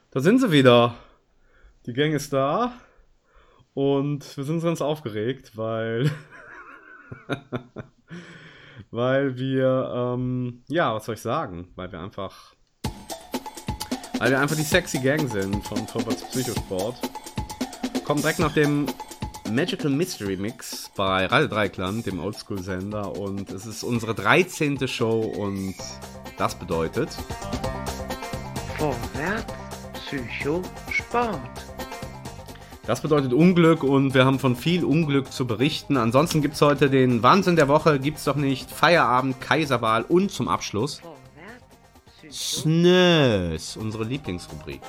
Da sind sie wieder. Die Gang ist da und wir sind ganz aufgeregt, weil, weil wir, ja, was soll ich sagen? Weil wir einfach die sexy Gang sind von Vorwärts Psychosport. Kommen direkt nach dem Magical Mystery Mix bei Radio Dreikland, dem Oldschool-Sender, und es ist unsere 13. Show und das bedeutet Vorwärts Psycho Sport. Das bedeutet Unglück und wir haben von viel Unglück zu berichten. Ansonsten gibt es heute den Wahnsinn der Woche, gibt's doch nicht, Feierabend, Kaiserwahl und zum Abschluss Snös, unsere Lieblingsrubrik.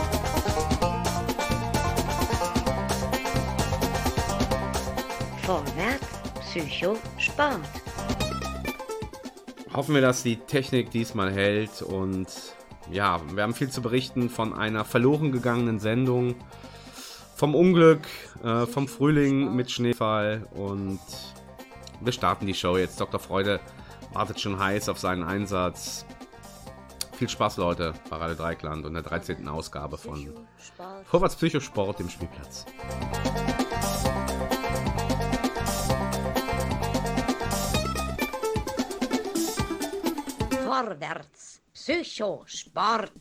Vorwärts Psycho Sport. Hoffen wir, dass die Technik diesmal hält und ja, wir haben viel zu berichten von einer verloren gegangenen Sendung. Vom Unglück, vom Frühling mit Schneefall und wir starten die Show jetzt. Dr. Freude wartet schon heiß auf seinen Einsatz. Viel Spaß, Leute, bei Radio Dreikland und der 13. Ausgabe von Vorwärts Psychosport, dem Spielplatz. Vorwärts Psychosport.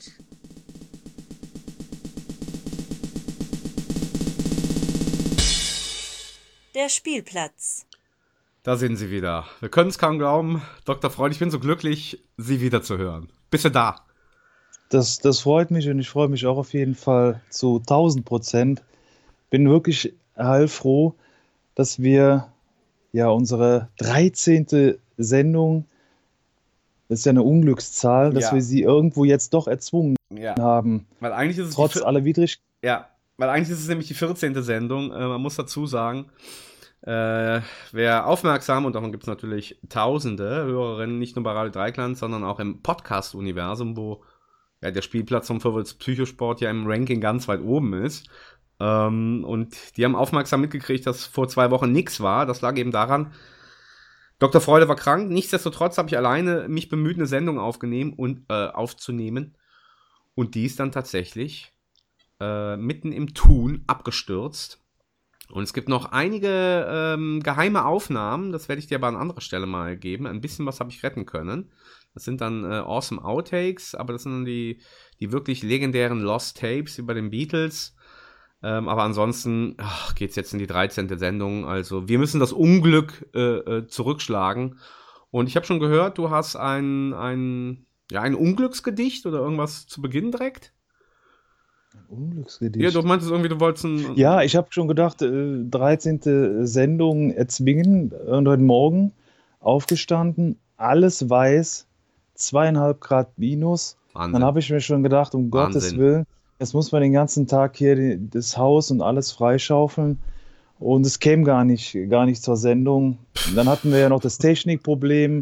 Der Spielplatz. Da sind sie wieder. Wir können es kaum glauben. Dr. Freud, ich bin so glücklich, Sie wieder zu hören. Bist du da? Das freut mich und ich freue mich auch auf jeden Fall zu 1000%. Bin wirklich heilfroh, dass wir ja unsere 13. Sendung, das ist ja eine Unglückszahl, dass wir sie irgendwo jetzt doch erzwungen haben. Weil eigentlich ist es trotz aller Widrigkeiten. Ja, weil eigentlich ist es nämlich die 14. Sendung. Man muss dazu sagen, wer aufmerksam, und davon gibt es natürlich tausende Hörerinnen, nicht nur bei Radio Dreikland, sondern auch im Podcast-Universum, wo ja der Spielplatz vom Vorwärts Psychosport ja im Ranking ganz weit oben ist. Und die haben aufmerksam mitgekriegt, dass vor 2 Wochen nichts war. Das lag eben daran, Dr. Freude war krank. Nichtsdestotrotz habe ich alleine mich bemüht, eine Sendung aufzunehmen. Und die ist dann tatsächlich mitten im Tun abgestürzt. Und es gibt noch einige geheime Aufnahmen, das werde ich dir aber an anderer Stelle mal geben. Ein bisschen was habe ich retten können. Das sind dann awesome Outtakes, aber das sind dann die wirklich legendären Lost Tapes wie bei den Beatles. Aber ansonsten geht es jetzt in die 13. Sendung. Also wir müssen das Unglück zurückschlagen. Und ich habe schon gehört, du hast ein Unglücksgedicht oder irgendwas zu Beginn direkt? Ein Unglücksgedicht. Ja, du meintest irgendwie, du wolltest ein... Ja, ich habe schon gedacht, 13. Sendung erzwingen und heute Morgen aufgestanden, alles weiß, 2,5 Grad minus. Wahnsinn. Dann habe ich mir schon gedacht, um Gottes Willen, jetzt muss man den ganzen Tag hier das Haus und alles freischaufeln und es käme gar nicht zur Sendung. Dann hatten wir ja noch das Technikproblem.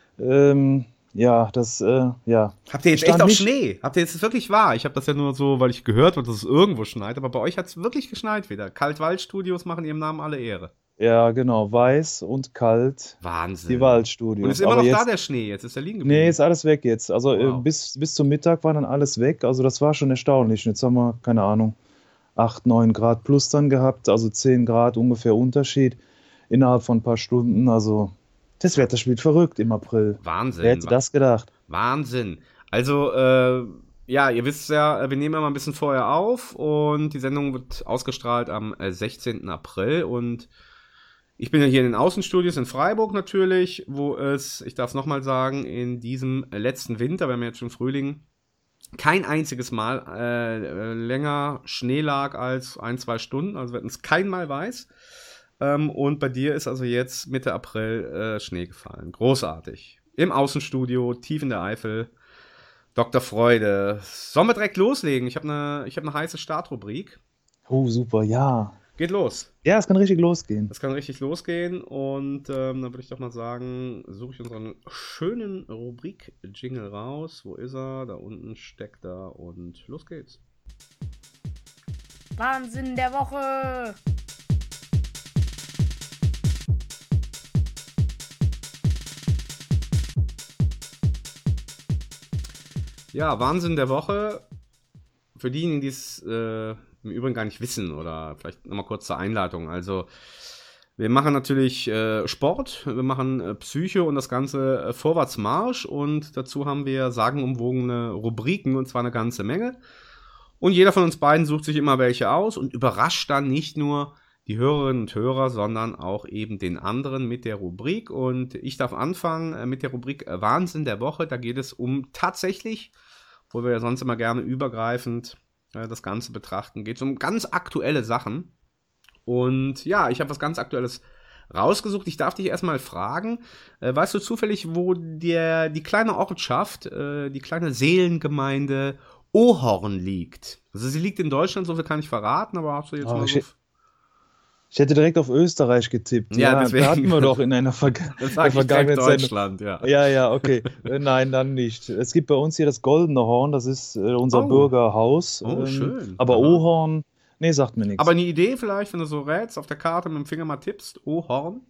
Habt ihr jetzt echt auch Schnee? Habt ihr jetzt wirklich wahr? Ich habe das ja nur so, weil ich gehört habe, dass es irgendwo schneit, aber bei euch hat es wirklich geschneit wieder. Kaltwaldstudios machen ihrem Namen alle Ehre. Ja, genau, weiß und kalt. Wahnsinn. Die Waldstudios. Und ist immer noch da der Schnee, jetzt ist der liegen geblieben. Nee, ist alles weg jetzt. Also wow. bis zum Mittag war dann alles weg. Also das war schon erstaunlich. Jetzt haben wir, keine Ahnung, 8, 9 Grad plus dann gehabt. Also 10 Grad ungefähr Unterschied innerhalb von ein paar Stunden. Also das Wetter spielt verrückt im April. Wahnsinn. Wer hätte das gedacht? Wahnsinn. Also, ihr wisst ja, wir nehmen immer ein bisschen vorher auf und die Sendung wird ausgestrahlt am 16. April und ich bin ja hier in den Außenstudios in Freiburg natürlich, wo es, ich darf es nochmal sagen, in diesem letzten Winter, wir haben jetzt schon Frühling, kein einziges Mal länger Schnee lag als 1-2 Stunden, also wir hatten es kein Mal weiß. Und bei dir ist also jetzt Mitte April Schnee gefallen. Großartig. Im Außenstudio, tief in der Eifel. Dr. Freude. Sollen wir direkt loslegen? Ich hab eine heiße Startrubrik. Oh, super, ja. Geht los. Ja, es kann richtig losgehen. Das kann richtig losgehen und dann würde ich doch mal sagen, suche ich unseren schönen Rubrik-Jingle raus. Wo ist er? Da unten steckt er und los geht's. Wahnsinn der Woche. Ja, Wahnsinn der Woche. für diejenigen, die es im Übrigen gar nicht wissen oder vielleicht nochmal kurz zur Einleitung. Also wir machen natürlich Sport, wir machen Psycho und das Ganze Vorwärtsmarsch und dazu haben wir sagenumwogene Rubriken und zwar eine ganze Menge. Und jeder von uns beiden sucht sich immer welche aus und überrascht dann nicht nur die Hörerinnen und Hörer, sondern auch eben den anderen mit der Rubrik. Und ich darf anfangen mit der Rubrik Wahnsinn der Woche. Da geht es um tatsächlich, wo wir ja sonst immer gerne übergreifend das Ganze betrachten, geht es um ganz aktuelle Sachen. Und ja, ich habe was ganz Aktuelles rausgesucht. Ich darf dich erstmal fragen, weißt du zufällig, wo die kleine Ortschaft, die kleine Seelengemeinde Ohorn liegt? Also sie liegt in Deutschland, so viel kann ich verraten, aber hast du jetzt mal so... Ich hätte direkt auf Österreich getippt. Ja, deswegen. Da hatten wir doch in einer Das sag ich vergangenen direkt Deutschland, ja. Ja, okay. Nein, dann nicht. Es gibt bei uns hier das Goldene Horn, das ist unser Bürgerhaus. Schön. Aber Aha. Ohorn, nee, sagt mir nichts. Aber eine Idee vielleicht, wenn du so rätst, auf der Karte mit dem Finger mal tippst, Ohorn?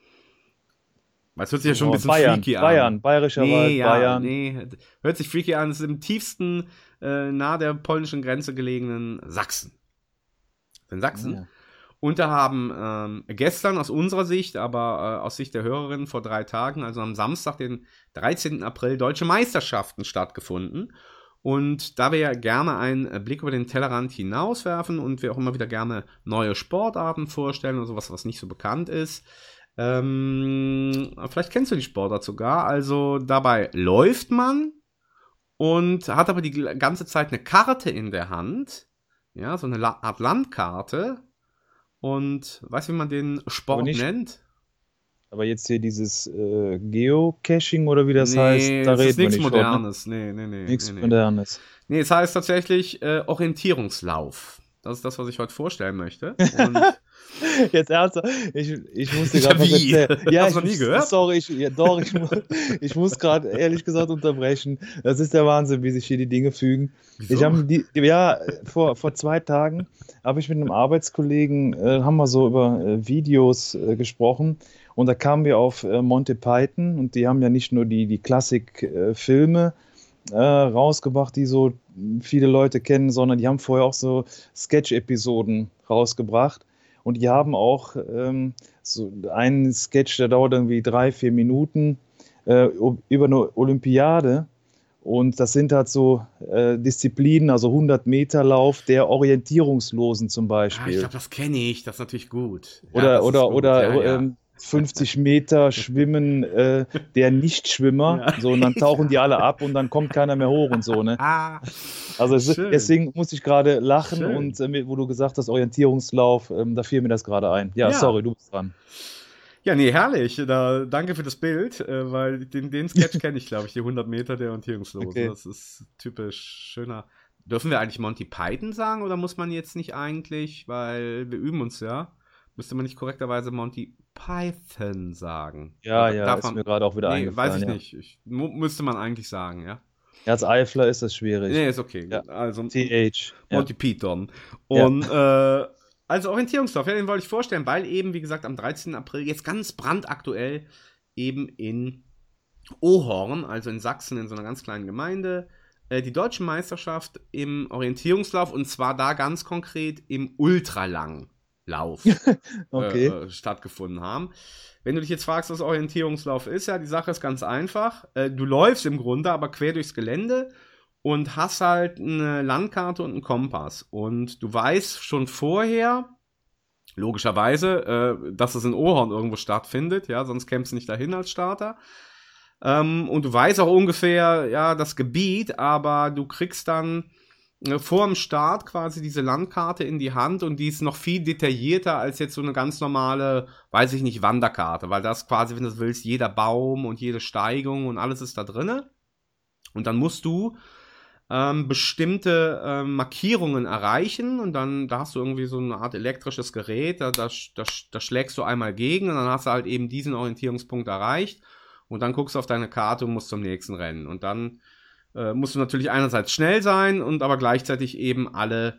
Weil es hört sich ja schon ein bisschen freaky an. Bayerischer Wald, Bayern. Nee, hört sich freaky an. Es ist im tiefsten, nahe der polnischen Grenze gelegenen Sachsen. In Sachsen. Ja. Und da haben gestern aus unserer Sicht, aber aus Sicht der Hörerinnen vor 3 Tagen, also am Samstag, den 13. April, deutsche Meisterschaften stattgefunden. Und da wir ja gerne einen Blick über den Tellerrand hinauswerfen und wir auch immer wieder gerne neue Sportarten vorstellen oder sowas, was nicht so bekannt ist. Vielleicht kennst du die Sportart sogar. Also dabei läuft man und hat aber die ganze Zeit eine Karte in der Hand. Ja, so eine Art Landkarte. Und weißt du, wie man den Sport nennt? Aber jetzt hier dieses Geocaching oder wie das heißt, da das ist reden wir nichts nicht Modernes. von, ne? Nee. Nichts Modernes. Nee, es heißt tatsächlich Orientierungslauf. Das ist das, was ich heute vorstellen möchte. Und Jetzt ernsthaft, ich muss dir gerade was erzählen. Ja, hast du noch nie gehört? Sorry, ich muss gerade ehrlich gesagt unterbrechen. Das ist der Wahnsinn, wie sich hier die Dinge fügen. Wieso? Vor 2 Tagen habe ich mit einem Arbeitskollegen, haben wir so über Videos gesprochen und da kamen wir auf Monty Python und die haben ja nicht nur die Klassik-Filme rausgebracht, die so viele Leute kennen, sondern die haben vorher auch so Sketch-Episoden rausgebracht. Und die haben auch so einen Sketch, der dauert irgendwie 3-4 Minuten über eine Olympiade. Und das sind halt so Disziplinen, also 100-Meter-Lauf der Orientierungslosen zum Beispiel. ich glaube, das kenne ich. Das ist natürlich gut. Oder 50 Meter Schwimmen der Nichtschwimmer. Ja. So, und dann tauchen die alle ab und dann kommt keiner mehr hoch und so. Ne? Also schön. deswegen musste ich gerade lachen Schön. und wo du gesagt hast, Orientierungslauf, da fiel mir das gerade ein. Ja, sorry, du bist dran. Ja, nee, herrlich. Danke für das Bild, weil den Sketch kenne ich, glaube ich, die 100 Meter der Orientierungslosen. Okay. Das ist typisch schöner. Dürfen wir eigentlich Monty Python sagen oder muss man jetzt nicht eigentlich, weil wir üben uns ja, müsste man nicht korrekterweise Monty Python sagen? Ja, Darf ist man, mir gerade auch wieder eingefallen. weiß ich ja. nicht. Müsste man eigentlich sagen, ja? Ja, als Eifler ist das schwierig. Nee, ist okay. Ja. Also TH. Ja. Monty Python. Und also Orientierungslauf, ja, den wollte ich vorstellen, weil eben, wie gesagt, am 13. April jetzt ganz brandaktuell eben in Ohorn, also in Sachsen, in so einer ganz kleinen Gemeinde, die deutsche Meisterschaft im Orientierungslauf und zwar da ganz konkret im Ultralanglauf Okay. stattgefunden haben. Wenn du dich jetzt fragst, was Orientierungslauf ist, ja, die Sache ist ganz einfach. Du läufst im Grunde aber quer durchs Gelände und hast halt eine Landkarte und einen Kompass. Und du weißt schon vorher, logischerweise, dass es in Ohorn irgendwo stattfindet, ja, sonst kämst du nicht dahin als Starter. Und du weißt auch ungefähr, ja, das Gebiet, aber du kriegst dann vor dem Start quasi diese Landkarte in die Hand und die ist noch viel detaillierter als jetzt so eine ganz normale, weiß ich nicht, Wanderkarte, weil das quasi, wenn du das willst, jeder Baum und jede Steigung und alles ist da drinne. Und dann musst du bestimmte Markierungen erreichen und dann, da hast du irgendwie so eine Art elektrisches Gerät, da schlägst du einmal gegen und dann hast du halt eben diesen Orientierungspunkt erreicht und dann guckst du auf deine Karte und musst zum nächsten rennen. Und dann musst du natürlich einerseits schnell sein und aber gleichzeitig eben alle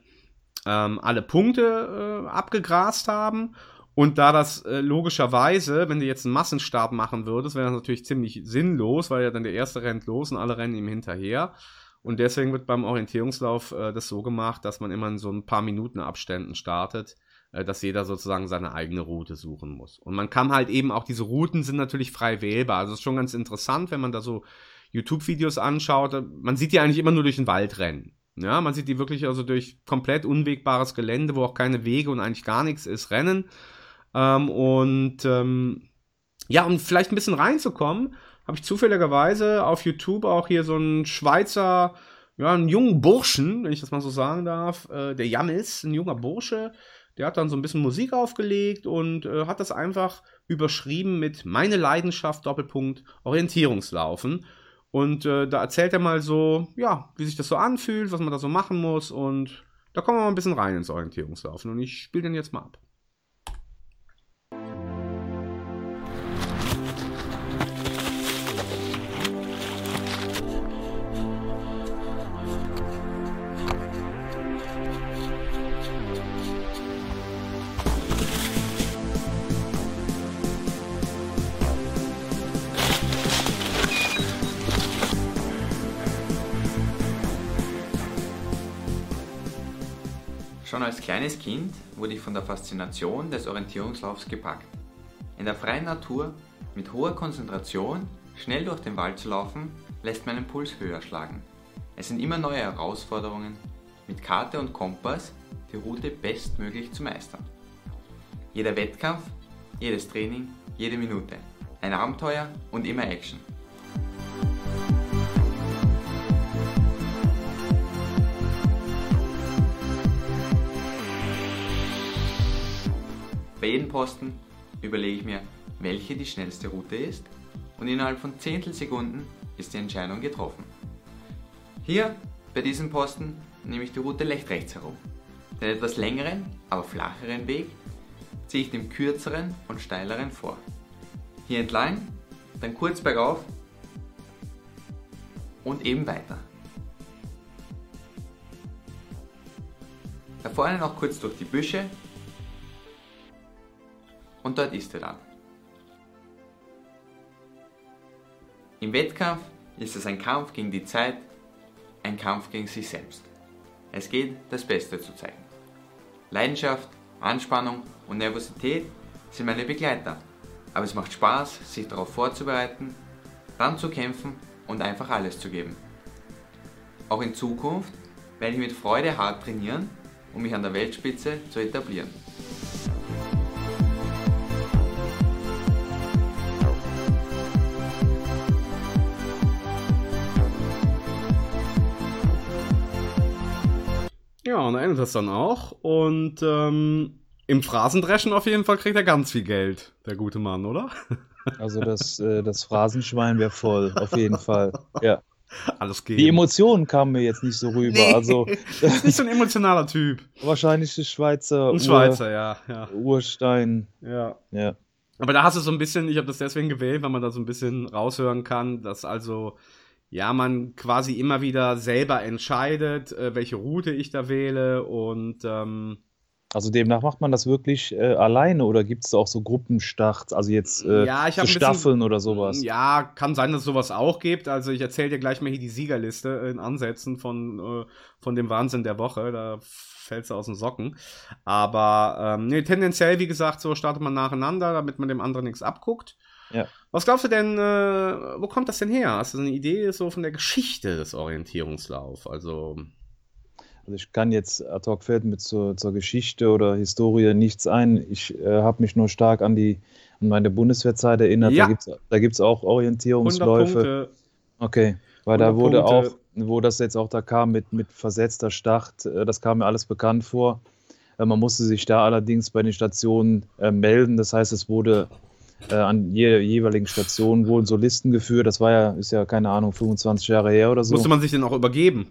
Punkte abgegrast haben. Und da das logischerweise, wenn du jetzt einen Massenstart machen würdest, wäre das natürlich ziemlich sinnlos, weil ja dann der erste rennt los und alle rennen ihm hinterher. Und deswegen wird beim Orientierungslauf das so gemacht, dass man immer in so ein paar Minuten Abständen startet, dass jeder sozusagen seine eigene Route suchen muss. Und man kann halt eben auch, diese Routen sind natürlich frei wählbar. Also es ist schon ganz interessant, wenn man da so YouTube-Videos anschaut. Man sieht die eigentlich immer nur durch den Wald rennen. Ja, man sieht die wirklich also durch komplett unwegbares Gelände, wo auch keine Wege und eigentlich gar nichts ist, rennen. Ja, um vielleicht ein bisschen reinzukommen, habe ich zufälligerweise auf YouTube auch hier so einen Schweizer, ja, einen jungen Burschen, wenn ich das mal so sagen darf, der Jammis, ein junger Bursche, der hat dann so ein bisschen Musik aufgelegt und hat das einfach überschrieben mit Meine Leidenschaft, Doppelpunkt, Orientierungslaufen. Und da erzählt er mal so, ja, wie sich das so anfühlt, was man da so machen muss. Und da kommen wir mal ein bisschen rein ins Orientierungslaufen. Und ich spiele den jetzt mal ab. Schon als kleines Kind wurde ich von der Faszination des Orientierungslaufs gepackt. In der freien Natur, mit hoher Konzentration, schnell durch den Wald zu laufen, lässt meinen Puls höher schlagen. Es sind immer neue Herausforderungen, mit Karte und Kompass die Route bestmöglich zu meistern. Jeder Wettkampf, jedes Training, jede Minute. Ein Abenteuer und immer Action. Bei jedem Posten überlege ich mir, welche die schnellste Route ist, und innerhalb von Zehntelsekunden ist die Entscheidung getroffen. Hier, bei diesem Posten, nehme ich die Route leicht rechts herum. Den etwas längeren, aber flacheren Weg ziehe ich dem kürzeren und steileren vor. Hier entlang, dann kurz bergauf und eben weiter. Da vorne noch kurz durch die Büsche. Und dort ist er dann. Im Wettkampf ist es ein Kampf gegen die Zeit, ein Kampf gegen sich selbst. Es geht, das Beste zu zeigen. Leidenschaft, Anspannung und Nervosität sind meine Begleiter, aber es macht Spaß, sich darauf vorzubereiten, dann zu kämpfen und einfach alles zu geben. Auch in Zukunft werde ich mit Freude hart trainieren, um mich an der Weltspitze zu etablieren. Ja, und er endet das dann auch. Und im Phrasendreschen auf jeden Fall kriegt er ganz viel Geld, der gute Mann, oder? Also das Phrasenschwein wäre voll, auf jeden Fall. Ja. Alles geht. Die Emotionen kamen mir jetzt nicht so rüber. Nee, Also ist nicht so ein emotionaler Typ. wahrscheinlich die Schweizer Ein Schweizer, ja. Urstein. Ja. Ja. Aber da hast du so ein bisschen, ich habe das deswegen gewählt, weil man da so ein bisschen raushören kann, dass also, ja, man quasi immer wieder selber entscheidet, welche Route ich da wähle und Also demnach macht man das wirklich alleine oder gibt es auch so Gruppenstarts, also jetzt ja, ich so habe Staffeln oder sowas? Ja, kann sein, dass es sowas auch gibt. Also ich erzähle dir gleich mal hier die Siegerliste in Ansätzen von dem Wahnsinn der Woche. Da fällst du aus den Socken. Aber nee, tendenziell, wie gesagt, so startet man nacheinander, damit man dem anderen nichts abguckt. Ja. Was glaubst du denn, wo kommt das denn her? Hast du eine Idee so von der Geschichte des Orientierungslauf? Also ich kann jetzt ad hoc fällt mir zur Geschichte oder Historie nichts ein. Ich habe mich nur stark an meine Bundeswehrzeit erinnert. Ja. Da gibt's auch 100 Orientierungsläufe. Punkte. Okay, weil da 100 wurde Punkte. auch, wo das jetzt auch da kam mit versetzter Start, das kam mir alles bekannt vor. Man musste sich da allerdings bei den Stationen melden. Das heißt, es wurde an jeder jeweiligen Station wurden so Listen geführt. Das ist ja, keine Ahnung, 25 Jahre her oder so. Musste man sich denn auch übergeben?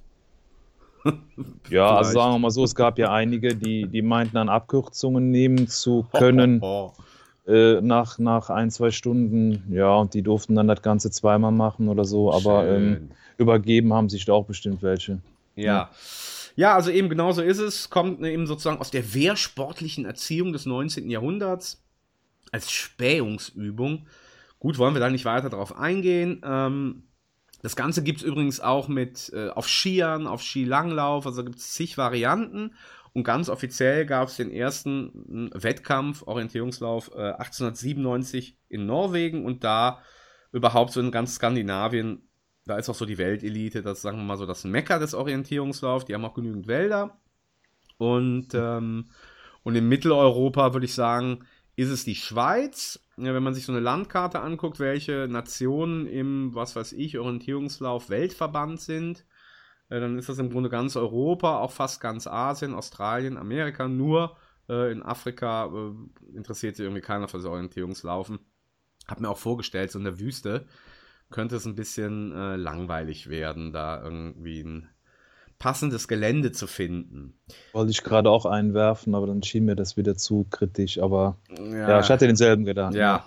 Ja, also Vielleicht. sagen wir mal so, es gab ja einige, die meinten, an Abkürzungen nehmen zu können nach 1-2 Stunden. Ja, und die durften dann das Ganze zweimal machen oder so. Aber Schön. übergeben haben sich da auch bestimmt welche. Ja. Ja, also eben genauso ist es. Kommt eben sozusagen aus der wehrsportlichen Erziehung des 19. Jahrhunderts als Spähungsübung. Gut, wollen wir da nicht weiter drauf eingehen. Das Ganze gibt es übrigens auch mit auf Skiern, auf Skilanglauf, also gibt es zig Varianten. Und ganz offiziell gab es den ersten Wettkampf, Orientierungslauf 1897 in Norwegen und da überhaupt so in ganz Skandinavien, da ist auch so die Weltelite, das sagen wir mal so das Mekka des Orientierungslaufs, die haben auch genügend Wälder. Und in Mitteleuropa würde ich sagen, ist es die Schweiz. Ja, wenn man sich so eine Landkarte anguckt, welche Nationen im, was weiß ich, Orientierungslauf Weltverband sind, dann ist das im Grunde ganz Europa, auch fast ganz Asien, Australien, Amerika. Nur in Afrika interessiert sich irgendwie keiner für das Orientierungslaufen. Hab mir auch vorgestellt, so in der Wüste könnte es ein bisschen langweilig werden, da irgendwie ein passendes Gelände zu finden. Wollte ich gerade auch einwerfen, aber dann schien mir das wieder zu kritisch. Aber Ja, ich hatte denselben Gedanken. ja.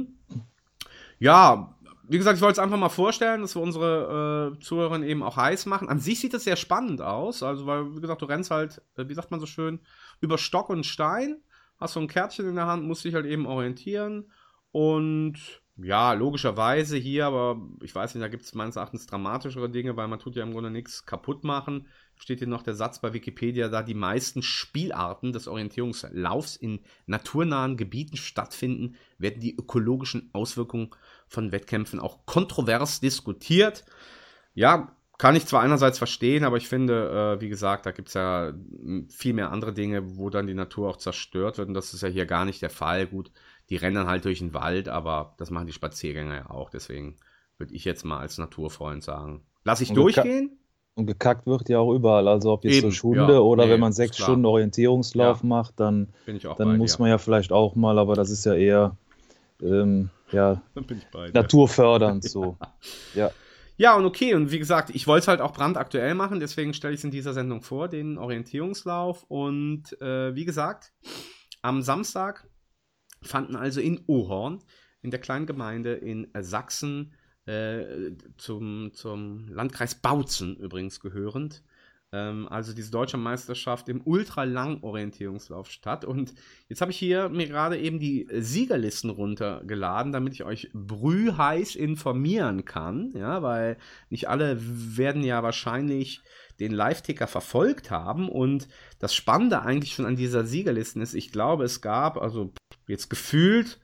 Ja, wie gesagt, ich wollte es einfach mal vorstellen, dass wir unsere Zuhörerinnen eben auch heiß machen. An sich sieht das sehr spannend aus, also weil, wie gesagt, du rennst halt, wie sagt man so schön, über Stock und Stein, hast so ein Kärtchen in der Hand, musst dich halt eben orientieren und ja, logischerweise hier, aber ich weiß nicht, da gibt es meines Erachtens dramatischere Dinge, weil man tut ja im Grunde nichts kaputt machen. Steht hier noch der Satz bei Wikipedia, da die meisten Spielarten des Orientierungslaufs in naturnahen Gebieten stattfinden, werden die ökologischen Auswirkungen von Wettkämpfen auch kontrovers diskutiert. Ja, kann ich zwar einerseits verstehen, aber ich finde, wie gesagt, da gibt es ja viel mehr andere Dinge, wo dann die Natur auch zerstört wird und das ist ja hier gar nicht der Fall. Gut, die rennen dann halt durch den Wald, aber das machen die Spaziergänger ja auch. Deswegen würde ich jetzt mal als Naturfreund sagen, lass ich durchgehen. Und gekackt wird ja auch überall. Also ob jetzt Eben, durch Hunde ja, oder nee, wenn man ist 6 klar. Stunden Orientierungslauf Ja. macht, dann Bin ich auch bei muss dir. man ja vielleicht auch mal, aber das ist ja eher Dann bin ich bei dir. naturfördernd so. Ja. Ja, und okay, und wie gesagt, ich wollte es halt auch brandaktuell machen, deswegen stelle ich es in dieser Sendung vor, den Orientierungslauf. Und wie gesagt, am Samstag fanden also in Ohorn, in der kleinen Gemeinde in Sachsen, zum Landkreis Bautzen übrigens gehörend, also diese deutsche Meisterschaft im Ultralang-Orientierungslauf statt. Und jetzt habe ich hier mir gerade eben die Siegerlisten runtergeladen, damit ich euch brühheiß informieren kann, ja, weil nicht alle werden ja wahrscheinlich den Live-Ticker verfolgt haben. Und das Spannende eigentlich schon an dieser Siegerlisten ist, ich glaube, es gab, also jetzt gefühlt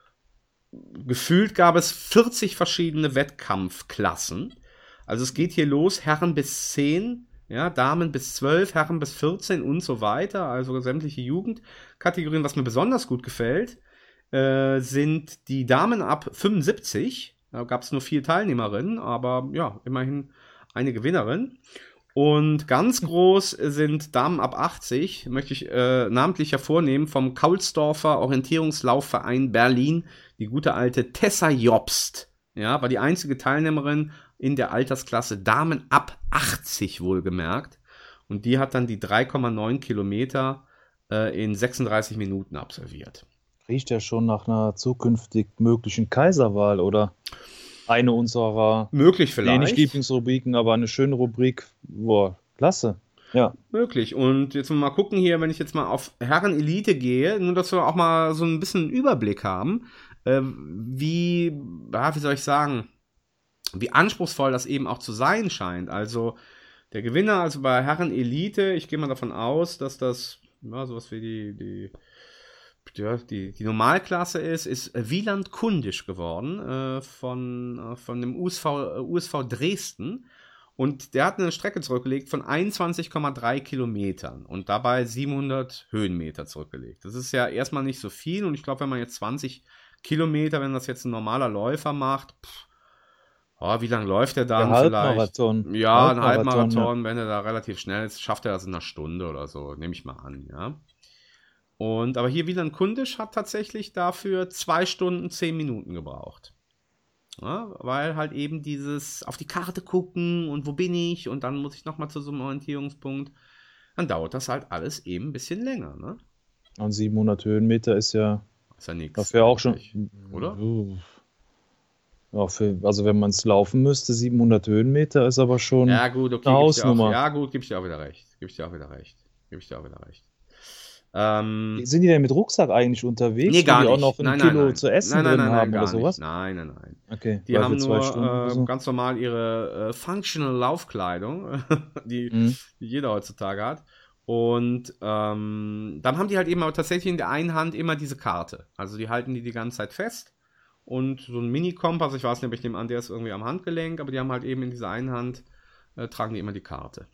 gab es 40 verschiedene Wettkampfklassen. Also es geht hier los, Herren bis 10, ja, Damen bis 12, Herren bis 14 und so weiter. Also sämtliche Jugendkategorien. Was mir besonders gut gefällt, sind die Damen ab 75. Da gab es nur 4 Teilnehmerinnen, aber ja, immerhin eine Gewinnerin. Und ganz groß sind Damen ab 80, möchte ich namentlich hervornehmen, vom Kaulsdorfer Orientierungslaufverein Berlin, die gute alte Tessa Jobst. Ja, war die einzige Teilnehmerin in der Altersklasse Damen ab 80 wohlgemerkt. Und die hat dann die 3,9 Kilometer in 36 Minuten absolviert. Riecht ja schon nach einer zukünftig möglichen Kaiserwahl oder eine unserer, Möglich vielleicht. nicht Lieblingsrubriken, aber eine schöne Rubrik. Boah, klasse. Ja. Möglich. Und jetzt mal gucken hier, wenn ich jetzt mal auf Herren-Elite gehe, nur dass wir auch mal so ein bisschen einen Überblick haben, wie soll ich sagen, wie anspruchsvoll das eben auch zu sein scheint. Also der Gewinner, also bei Herren-Elite, ich gehe mal davon aus, dass das sowas wie die Normalklasse ist Wieland Kundisch geworden von dem USV Dresden. Und der hat eine Strecke zurückgelegt von 21,3 Kilometern und dabei 700 Höhenmeter zurückgelegt. Das ist ja erstmal nicht so viel und ich glaube, wenn man jetzt 20 Kilometer, wenn das jetzt ein normaler Läufer macht, wie lange läuft der dann vielleicht? Halbmarathon. Ja, ein Halbmarathon, wenn er da relativ schnell ist, schafft er das in einer Stunde oder so, nehme ich mal an, ja. Aber hier Wieland Kundisch hat tatsächlich dafür 2 Stunden 10 Minuten gebraucht. Ja, weil halt eben dieses auf die Karte gucken und wo bin ich und dann muss ich nochmal zu so einem Orientierungspunkt. Dann dauert das halt alles eben ein bisschen länger, ne? Und 700 Höhenmeter ist ja nichts. dafür auch schon, oder? Ja, also wenn man es laufen müsste, 700 Höhenmeter ist aber schon ja, gut, okay, eine Hausnummer. Ja, gut, gebe ich dir auch wieder recht. Sind die denn mit Rucksack eigentlich unterwegs, Nee, gar wo die nicht. auch noch ein Nein, Kilo nein. zu essen Nein, nein, drin nein, haben gar oder sowas? Nicht. Nein. Okay, Die weil haben für 2 nur Stunden oder so. ganz normal ihre Functional Laufkleidung, die jeder heutzutage hat. Und dann haben die halt eben aber tatsächlich in der einen Hand immer diese Karte. Also die halten die ganze Zeit fest. Und so ein Mini-Kompass, ich weiß nicht, ob ich nehme an, der ist irgendwie am Handgelenk, aber die haben halt eben in dieser einen Hand, tragen die immer die Karte.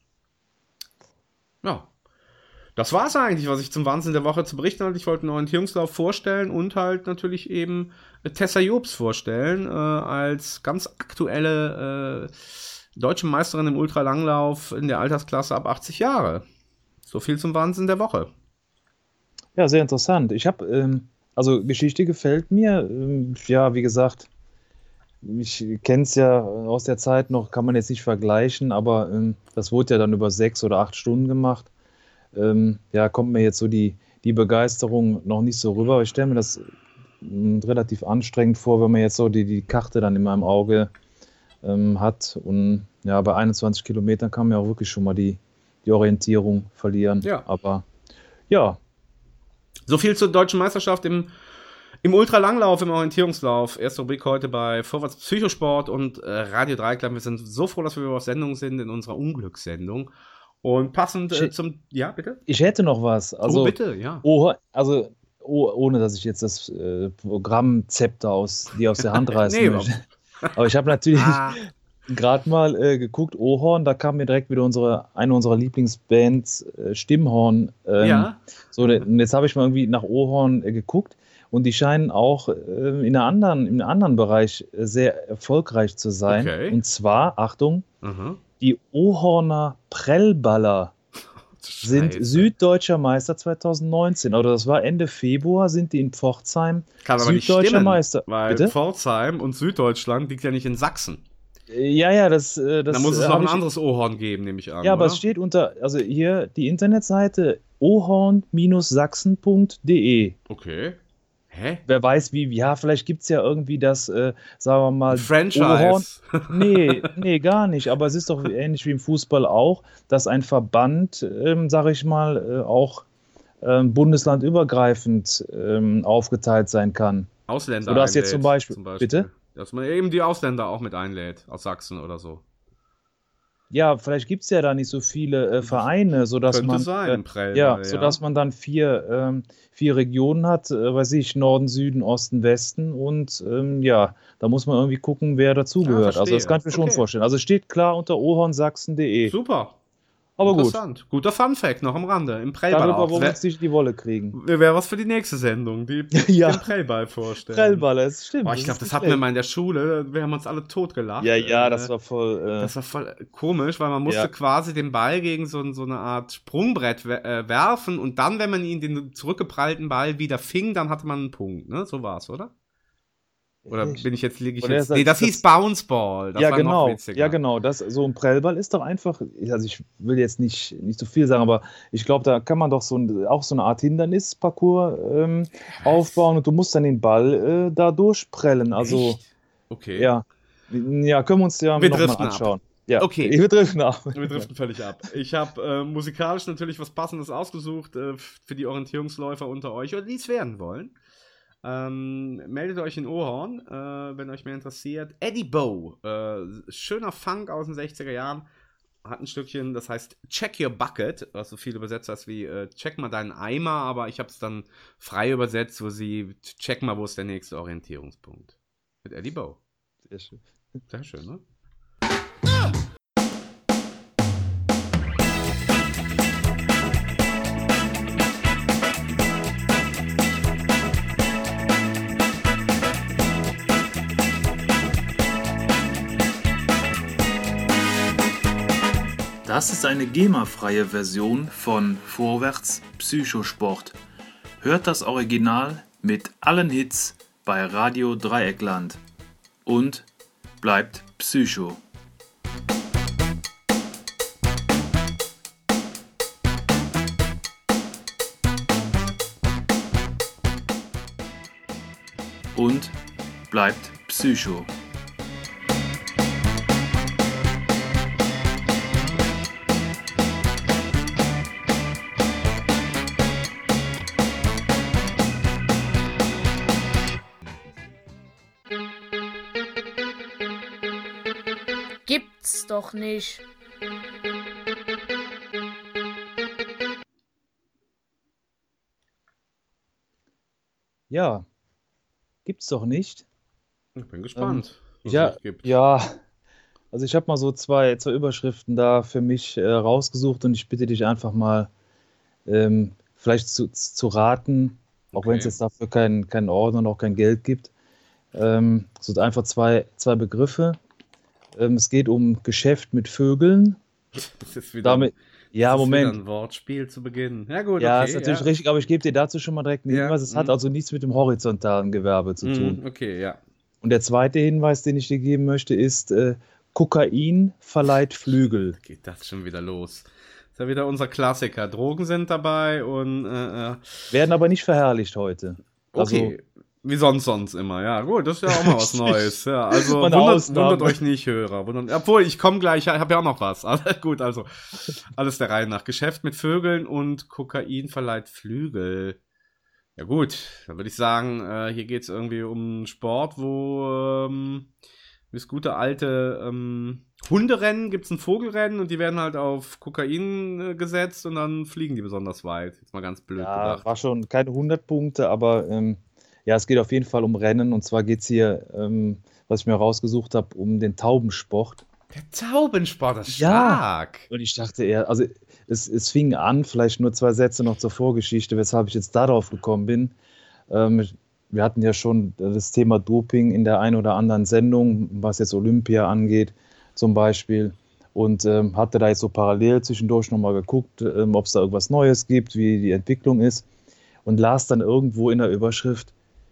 Ja. Das war es eigentlich, was ich zum Wahnsinn der Woche zu berichten hatte. Ich wollte einen Orientierungslauf vorstellen und halt natürlich eben Tessa Jobs vorstellen, als ganz aktuelle deutsche Meisterin im Ultralanglauf in der Altersklasse ab 80 Jahre. So viel zum Wahnsinn der Woche. Ja, sehr interessant. Ich habe, also Geschichte gefällt mir. Ja, wie gesagt, ich kenne es ja aus der Zeit noch, kann man jetzt nicht vergleichen, aber das wurde ja dann über 6 oder 8 Stunden gemacht. Ja, kommt mir jetzt so die Begeisterung noch nicht so rüber. Ich stelle mir das relativ anstrengend vor, wenn man jetzt so die Karte dann in meinem Auge hat. Und ja, bei 21 Kilometern kann man ja auch wirklich schon mal die Orientierung verlieren. Ja. Aber ja, So viel zur deutschen Meisterschaft im Ultralanglauf, im Orientierungslauf. Erste Rubrik heute bei Vorwärts Psychosport und Radio Dreieckland. Wir sind so froh, dass wir auf Sendung sind in unserer Unglückssendung. Und passend zum... Ja, bitte? ich hätte noch was. Also, bitte, ja. ohne dass ich jetzt das Programmzepter dir aus der Hand reißen Nee, möchte. Aber ich habe natürlich gerade mal geguckt, O-Horn, da kam mir direkt wieder eine unserer Lieblingsbands, Stimmhorn. Ja. So, und jetzt habe ich mal irgendwie nach O-Horn geguckt und die scheinen auch in einem anderen Bereich sehr erfolgreich zu sein. Okay. Und zwar, Achtung, Mhm. die O-Horner Prellballer sind Scheiße. süddeutscher Meister 2019. Oder das war Ende Februar, sind die in Pforzheim Kann aber nicht süddeutscher stimmen, Meister. weil Bitte? Pforzheim und Süddeutschland liegt ja nicht in Sachsen. Ja, das Da muss es noch hab ein ich- anderes Ohorn geben, nehme ich an. Ja, aber oder? es steht also hier die Internetseite ohorn-sachsen.de. Okay. Hä? Wer weiß wie, ja, vielleicht gibt es ja irgendwie das, sagen wir mal, Franchise. Nee, gar nicht. Aber es ist doch ähnlich wie im Fußball auch, dass ein Verband, sage ich mal, auch bundeslandübergreifend aufgeteilt sein kann. Ausländer Sodass jetzt einlädt, zum Beispiel- Bitte? Dass man eben die Ausländer auch mit einlädt, aus Sachsen oder so. Ja, vielleicht gibt es ja da nicht so viele Vereine, sodass Könnte man sein, Prellball, ja, sodass man dann vier Regionen hat, weiß ich, Norden, Süden, Osten, Westen und ja, da muss man irgendwie gucken, wer dazugehört. Ah, Also das verstehe. kann ich mir schon Okay. vorstellen. Also es steht klar unter ohornsachsen.de. Super. Aber gut, Interessant. Guter Funfact noch am Rande. Im Prellball darüber auch. wollen wir uns nicht die Wolle kriegen. Wäre was für die nächste Sendung, die Ja. den Prellball vorstellen. Prellballer, das stimmt. Oh, ich glaube, ist das nicht hatten wir schlecht. mal in der Schule. Wir haben uns alle totgelacht. Ja, das war voll. Das war voll komisch, weil man musste Ja. quasi den Ball gegen so eine Art Sprungbrett werfen und dann, wenn man ihn den zurückgeprallten Ball wieder fing, dann hatte man einen Punkt, ne? So war's, oder? Oder liege ich Oder jetzt? das- Nee, das das- hieß Bounceball. Das ja, war genau. noch witziger. Ja, genau. So ein Prellball ist doch einfach, also ich will jetzt nicht so viel sagen, aber ich glaube, da kann man doch auch so eine Art Hindernisparcours aufbauen und du musst dann den Ball da durchprellen. Also, Echt? Okay. ja. Ja, können wir uns ja Wir noch mal driften ab. anschauen. Ja, Okay. Wir driften ab. Wir driften völlig ab. Ich habe musikalisch natürlich was Passendes ausgesucht für die Orientierungsläufer unter euch oder die es werden wollen. Meldet euch in Ohorn, wenn euch mehr interessiert. Eddie Bow, schöner Funk aus den 60er Jahren, hat ein Stückchen, das heißt Check Your Bucket, was so viel übersetzt heißt wie check mal deinen Eimer, aber ich habe es dann frei übersetzt, wo sie check mal, wo ist der nächste Orientierungspunkt. Mit Eddie Bow. Sehr schön. Sehr schön, ne? Das ist eine GEMA-freie Version von Vorwärts Psychosport. Hört das Original mit allen Hits bei Radio Dreieckland und bleibt Psycho. Und bleibt Psycho. doch nicht. Ja, gibt's doch nicht. Ich bin gespannt, was Ja, es nicht gibt. ja, also ich habe mal so zwei Überschriften da für mich rausgesucht und ich bitte dich einfach mal vielleicht zu raten, auch wenn es Okay. jetzt dafür keinen Orden und auch kein Geld gibt. So einfach zwei Begriffe. Es geht um Geschäft mit Vögeln. Das ist wieder, Damit, ja, das ist wieder Moment. ein Wortspiel zu Beginn. Ja, gut, Ja, okay. ist natürlich Ja. richtig, aber ich gebe dir dazu schon mal direkt einen Ja, Hinweis. Es hat mhm. also nichts mit dem horizontalen Gewerbe zu tun. Okay, ja. Und der zweite Hinweis, den ich dir geben möchte, ist, Kokain verleiht Flügel. Geht das schon wieder los. Ist ja wieder unser Klassiker. Drogen sind dabei und Werden aber nicht verherrlicht heute. okay. Wie sonst immer. Ja, gut, das ist ja auch mal was Neues. Ja, also Mal eine Ausnahme. wundert euch nicht, Hörer. Obwohl, ich komme gleich, ich habe ja auch noch was. Gut, also alles der Reihe nach. Geschäft mit Vögeln und Kokain verleiht Flügel. Ja gut, dann würde ich sagen, hier geht es irgendwie um Sport, wo das gute alte Hunderennen, gibt es ein Vogelrennen und die werden halt auf Kokain gesetzt und dann fliegen die besonders weit. Jetzt mal ganz blöd Ja, gedacht. war schon keine 100 Punkte, aber ja, es geht auf jeden Fall um Rennen. Und zwar geht es hier, was ich mir rausgesucht habe, um den Taubensport. Der Taubensport ist Ja. stark. Und ich dachte eher, also es fing an, vielleicht nur 2 Sätze noch zur Vorgeschichte, weshalb ich jetzt darauf gekommen bin. Wir hatten ja schon das Thema Doping in der einen oder anderen Sendung, was jetzt Olympia angeht, zum Beispiel. Und hatte da jetzt so parallel zwischendurch nochmal geguckt, ob es da irgendwas Neues gibt, wie die Entwicklung ist. Und las dann irgendwo in der Überschrift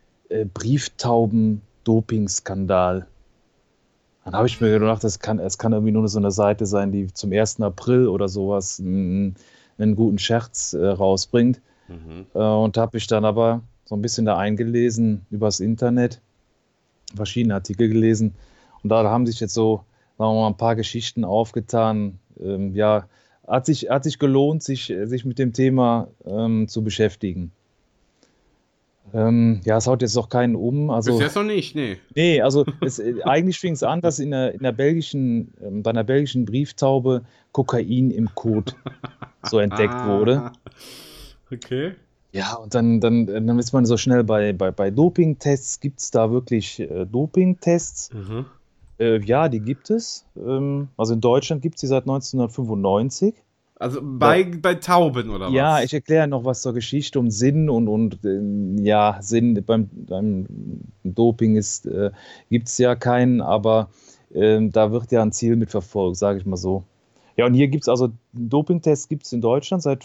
Brieftauben-Doping-Skandal. Dann habe ich mir gedacht, es kann irgendwie nur so eine Seite sein, die zum 1. April oder sowas einen guten Scherz rausbringt. Und habe mich dann aber so ein bisschen da eingelesen übers Internet, verschiedene Artikel gelesen. Und da haben sich jetzt so, sagen wir mal, ein paar Geschichten aufgetan. Ja, hat sich gelohnt, sich mit dem Thema zu beschäftigen. Ja, es haut jetzt noch keinen um. Bis Also, jetzt noch nicht, nee. nee, also eigentlich fing es an, dass bei einer belgischen Brieftaube Kokain im Kot so entdeckt wurde. Okay. Ja, und dann ist man so schnell bei Dopingtests. Gibt es da wirklich Dopingtests? Ja, die gibt es. Also in Deutschland gibt es die seit 1995. Also bei Tauben oder was? Ja, ich erkläre noch was zur Geschichte um Sinn und ja, Sinn beim Doping gibt es ja keinen, aber da wird ja ein Ziel mit verfolgt, sage ich mal so. Ja, und hier gibt es also, Dopingtests gibt es in Deutschland seit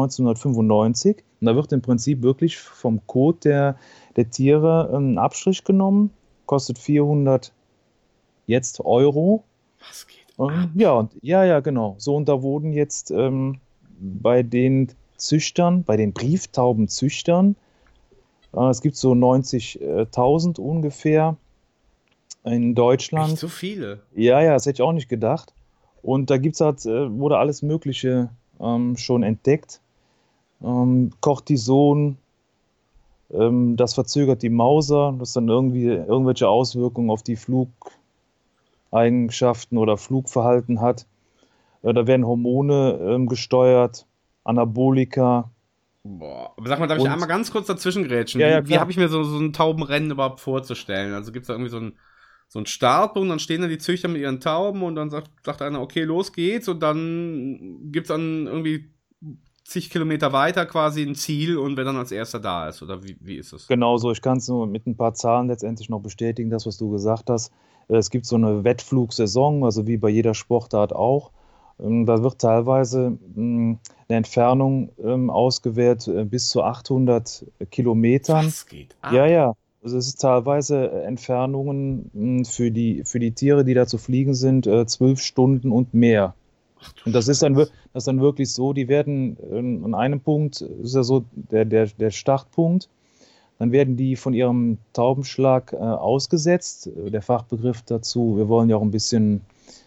1995 und da wird im Prinzip wirklich vom Kot der Tiere ein Abstrich genommen, kostet 400 jetzt Euro. Was geht? Ja, genau. So, und da wurden jetzt bei den Züchtern, bei den Brieftaubenzüchtern, es gibt so 90.000 ungefähr in Deutschland. Echt so viele? Ja, das hätte ich auch nicht gedacht. Und da wurde alles Mögliche schon entdeckt. Cortison, das verzögert die Mauser, das dann irgendwelche Auswirkungen auf die Flugeigenschaften oder Flugverhalten hat. Da werden Hormone gesteuert, Anabolika. Boah, aber sag mal, darf ich Und- einmal ganz kurz dazwischen grätschen? Ja, Wie klar. habe ich mir so ein Taubenrennen überhaupt vorzustellen? Also gibt es da irgendwie so einen Startpunkt, dann stehen da die Züchter mit ihren Tauben und dann sagt einer, okay, los geht's und dann gibt es dann irgendwie zig Kilometer weiter quasi ein Ziel und wer dann als erster da ist, oder wie ist es? Genau so, ich kann es nur mit ein paar Zahlen letztendlich noch bestätigen, das, was du gesagt hast. Es gibt so eine Wettflugsaison, also wie bei jeder Sportart auch. Da wird teilweise eine Entfernung ausgewählt bis zu 800 Kilometern. Was geht ab? Ja. Also es ist teilweise Entfernungen für die Tiere, die da zu fliegen sind, 12 Stunden und mehr. Und das ist dann wirklich so, die werden an einem Punkt, ist ja so der Startpunkt, dann werden die von ihrem Taubenschlag ausgesetzt. Der Fachbegriff dazu, wir wollen ja auch ein bisschen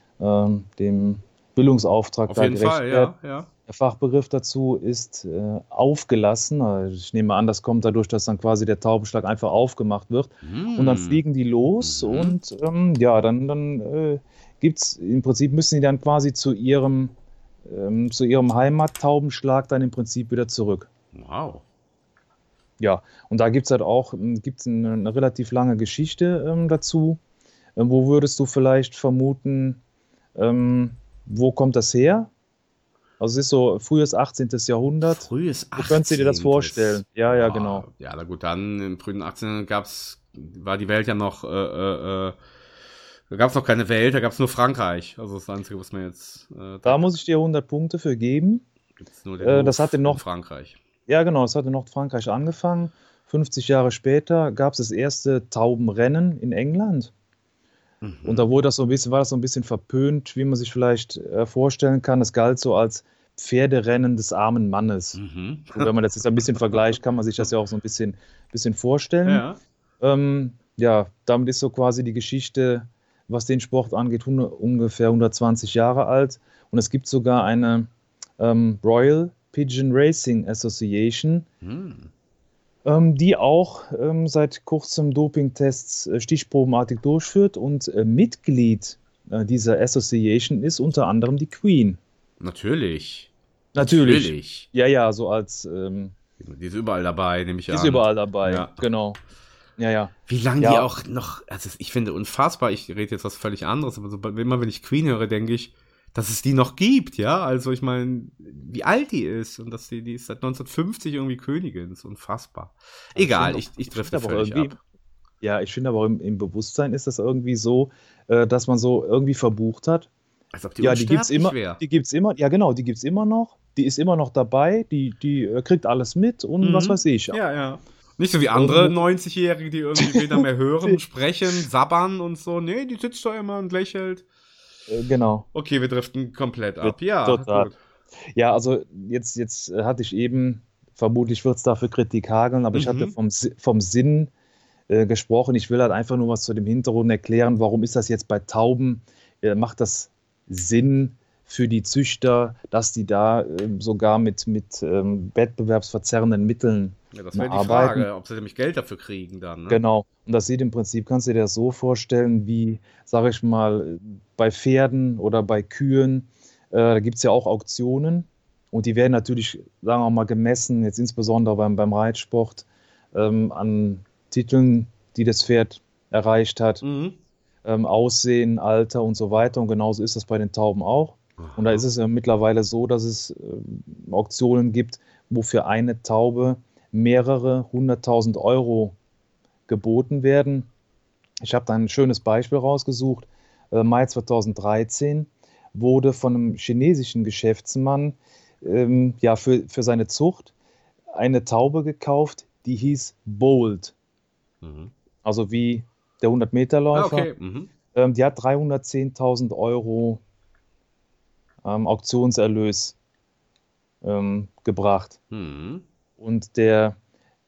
dem Bildungsauftrag Auf da jeden gerecht Fall, werden. ja. Der Fachbegriff dazu ist aufgelassen. Also ich nehme an, das kommt dadurch, dass dann quasi der Taubenschlag einfach aufgemacht wird. Und dann fliegen die los und dann gibt's im Prinzip, müssen die dann quasi zu ihrem Heimattaubenschlag dann im Prinzip wieder zurück. Wow. Ja, und da gibt es halt auch eine relativ lange Geschichte dazu. Wo würdest du vielleicht vermuten, wo kommt das her? Also es ist so frühes 18. Jahrhundert. Frühes 18. Wo könntest du dir das vorstellen? Ja, Boah. genau. Ja, na gut, dann im frühen 18. war die Welt ja noch, da gab es noch keine Welt, da gab es nur Frankreich. Also das Einzige, was man jetzt... Da muss ich dir 100 Punkte für geben. Gibt's nur den das Hof hatte noch in Frankreich. Ja, genau, das hat in Nordfrankreich angefangen. 50 Jahre später gab es das erste Taubenrennen in England. Und da war das so ein bisschen verpönt, wie man sich vielleicht vorstellen kann. Es galt so als Pferderennen des armen Mannes. Und wenn man das jetzt ein bisschen vergleicht, kann man sich das ja auch so ein bisschen vorstellen. Ja. Damit ist so quasi die Geschichte, was den Sport angeht, ungefähr 120 Jahre alt. Und es gibt sogar eine Royal Pigeon Racing Association, die auch seit kurzem Dopingtests stichprobenartig durchführt und Mitglied dieser Association ist unter anderem die Queen. Natürlich. Ja, so als... Die ist überall dabei, nehme ich an. Die ist überall dabei, Ja. genau. Ja. Wie lange Ja. die auch noch, also ich finde unfassbar, ich rede jetzt was völlig anderes, aber so, immer wenn ich Queen höre, denke ich, dass es die noch gibt, ja, also ich meine, wie alt die ist und dass die ist seit 1950 irgendwie Königin, ist unfassbar. Egal, ich drifte aber völlig irgendwie- ab. Ja, ich finde aber auch im Bewusstsein ist das irgendwie so, dass man so irgendwie verbucht hat. Als ob die Ja, die gibt's unsterblich immer, wäre. die gibt's immer, ja genau, die gibt's immer noch. Die ist immer noch dabei, die kriegt alles mit und was weiß ich. Ja. Nicht so wie andere Irgendwo- 90-Jährige, die irgendwie weder mehr hören, sprechen, sabbern und so. Nee, die sitzt da immer und lächelt. Genau. Okay, wir driften komplett ab. Ja, Total. gut. Ja, also jetzt hatte ich eben, vermutlich wird es dafür Kritik hageln, aber ich hatte vom Sinn gesprochen. Ich will halt einfach nur was zu dem Hintergrund erklären. Warum ist das jetzt bei Tauben? Macht das Sinn für die Züchter, dass die da sogar mit wettbewerbsverzerrenden Mitteln Ja, das wäre die arbeiten? Frage, ob sie nämlich Geld dafür kriegen dann. Ne? Genau. Und das sieht im Prinzip, kannst du dir das so vorstellen, wie, sage ich mal, bei Pferden oder bei Kühen. Da gibt es ja auch Auktionen und die werden natürlich, sagen wir mal, gemessen, jetzt insbesondere beim Reitsport, an Titeln, die das Pferd erreicht hat, Aussehen, Alter und so weiter. Und genauso ist das bei den Tauben auch. Und da ist es ja mittlerweile so, dass es Auktionen gibt, wo für eine Taube mehrere 100.000 Euro geboten werden. Ich habe da ein schönes Beispiel rausgesucht. Mai 2013 wurde von einem chinesischen Geschäftsmann für seine Zucht eine Taube gekauft, die hieß Bold. Also wie der 100-Meter-Läufer. Okay. Die hat 310.000 Euro Auktionserlös gebracht. Und der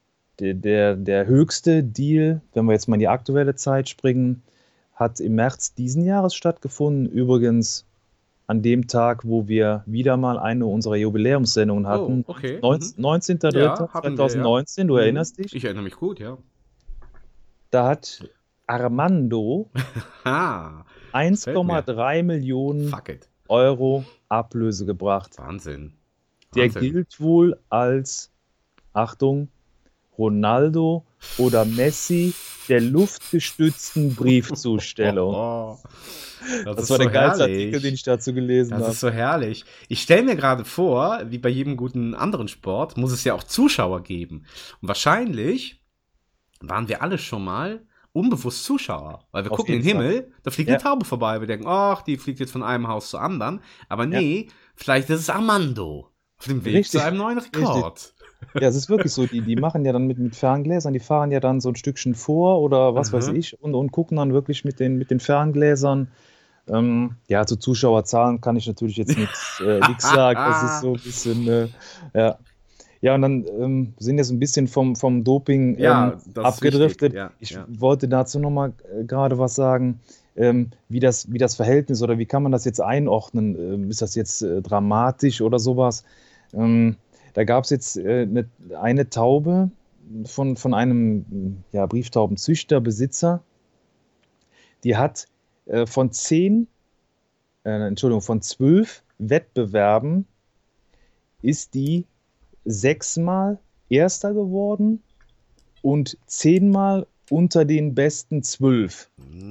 höchste Deal, wenn wir jetzt mal in die aktuelle Zeit springen, hat im März diesen Jahres stattgefunden. Übrigens an dem Tag, wo wir wieder mal eine unserer Jubiläumssendungen hatten. Oh, okay. 19.03.2019, du erinnerst dich? Ich erinnere mich gut, ja. Da hat Armando Ha, 1,3 Millionen fuck it. Euro Ablöse gebracht. Wahnsinn. Der Wahnsinn. gilt wohl als, Achtung, Ronaldo oder Messi der luftgestützten Briefzustellung. Oh, Das war der geilste Artikel, den ich dazu gelesen Das habe. ist so herrlich. Ich stelle mir gerade vor, wie bei jedem guten anderen Sport, muss es ja auch Zuschauer geben. Und wahrscheinlich waren wir alle schon mal unbewusst Zuschauer. Weil wir Auf gucken in den jeden Fall. Himmel, da fliegt Ja. eine Taube vorbei. Wir denken, ach, die fliegt jetzt von einem Haus zu anderen. Aber nee, vielleicht ist es Armando. Auf dem Weg Richtig. zu einem neuen Rekord. Ja, es ist wirklich so. Die machen ja dann mit Ferngläsern, die fahren ja dann so ein Stückchen vor oder was weiß ich und gucken dann wirklich mit den Ferngläsern. Zu Zuschauerzahlen kann ich natürlich jetzt nichts sagen. Das ist so ein bisschen, ja. Ja, und dann sind jetzt ein bisschen vom Doping Ja, das ist abgedriftet. wichtig, ja, Ich ja. wollte dazu nochmal gerade was sagen, wie das Verhältnis oder wie kann man das jetzt einordnen? Ist das jetzt dramatisch oder sowas? Da gab es jetzt eine Taube von einem Brieftaubenzüchter, Besitzer, die hat von 10 von 12 Wettbewerben ist die 6-mal Erster geworden und 10-mal unter den besten 12.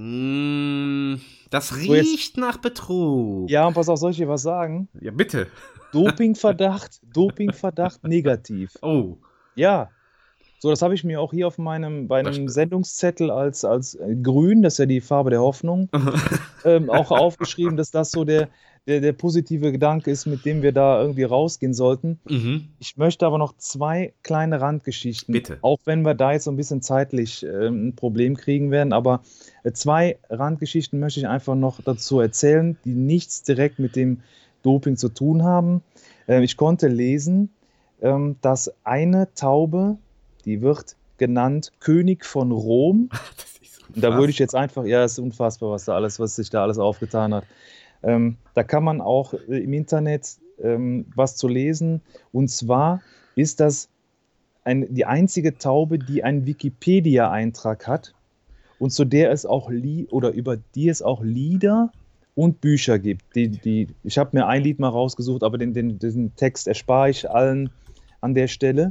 Das So, jetzt- riecht nach Betrug. Ja, und pass auf, soll ich dir was sagen? Ja, bitte. Dopingverdacht negativ. Oh. Ja. So, das habe ich mir auch hier bei einem stimmt. Sendungszettel als grün, das ist ja die Farbe der Hoffnung, auch aufgeschrieben, dass das so der positive Gedanke ist, mit dem wir da irgendwie rausgehen sollten. Mhm. Ich möchte aber noch 2 kleine Randgeschichten. Bitte. Auch wenn wir da jetzt so ein bisschen zeitlich ein Problem kriegen werden, aber 2 Randgeschichten möchte ich einfach noch dazu erzählen, die nichts direkt mit dem Doping zu tun haben. Ich konnte lesen, dass eine Taube, die wird genannt König von Rom. Das ist Und da würde ich jetzt einfach, ja, es ist unfassbar, was sich da alles aufgetan hat. Da kann man auch im Internet was zu lesen. Und zwar ist das die einzige Taube, die einen Wikipedia-Eintrag hat und zu der es auch über die es auch Lieder und Bücher gibt. Ich habe mir ein Lied mal rausgesucht, aber diesen Text erspare ich allen an der Stelle.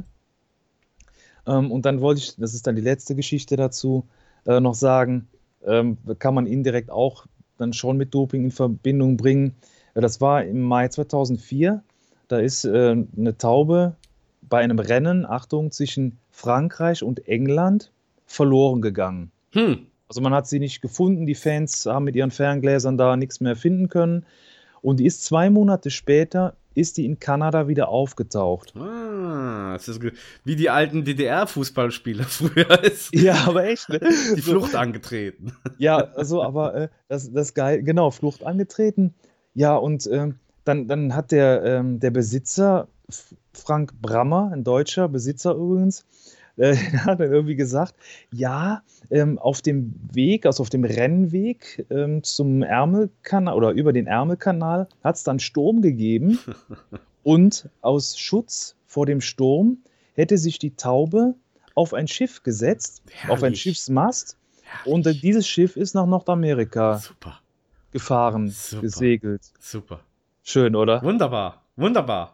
Und dann wollte ich, das ist dann die letzte Geschichte dazu, noch sagen, kann man indirekt auch dann schon mit Doping in Verbindung bringen. Das war im Mai 2004. Da ist eine Taube bei einem Rennen, Achtung, zwischen Frankreich und England verloren gegangen. Also man hat sie nicht gefunden, die Fans haben mit ihren Ferngläsern da nichts mehr finden können. Und die ist 2 Monate später, ist die in Kanada wieder aufgetaucht. Das ist wie die alten DDR-Fußballspieler früher ist. Ja, aber echt, ne? Die Flucht angetreten. Ja, also, aber das geil, genau, Flucht angetreten. Ja, und dann hat der Besitzer, Frank Brammer, ein deutscher Besitzer übrigens, hat dann irgendwie gesagt, ja, auf dem Weg, also auf dem Rennweg zum Ärmelkanal oder über den Ärmelkanal hat es dann Sturm gegeben und aus Schutz vor dem Sturm hätte sich die Taube auf ein Schiff gesetzt, auf einen Schiffsmast und dieses Schiff ist nach Nordamerika Super. gefahren, Super. gesegelt. Super. Schön, oder? Wunderbar. Wunderbar.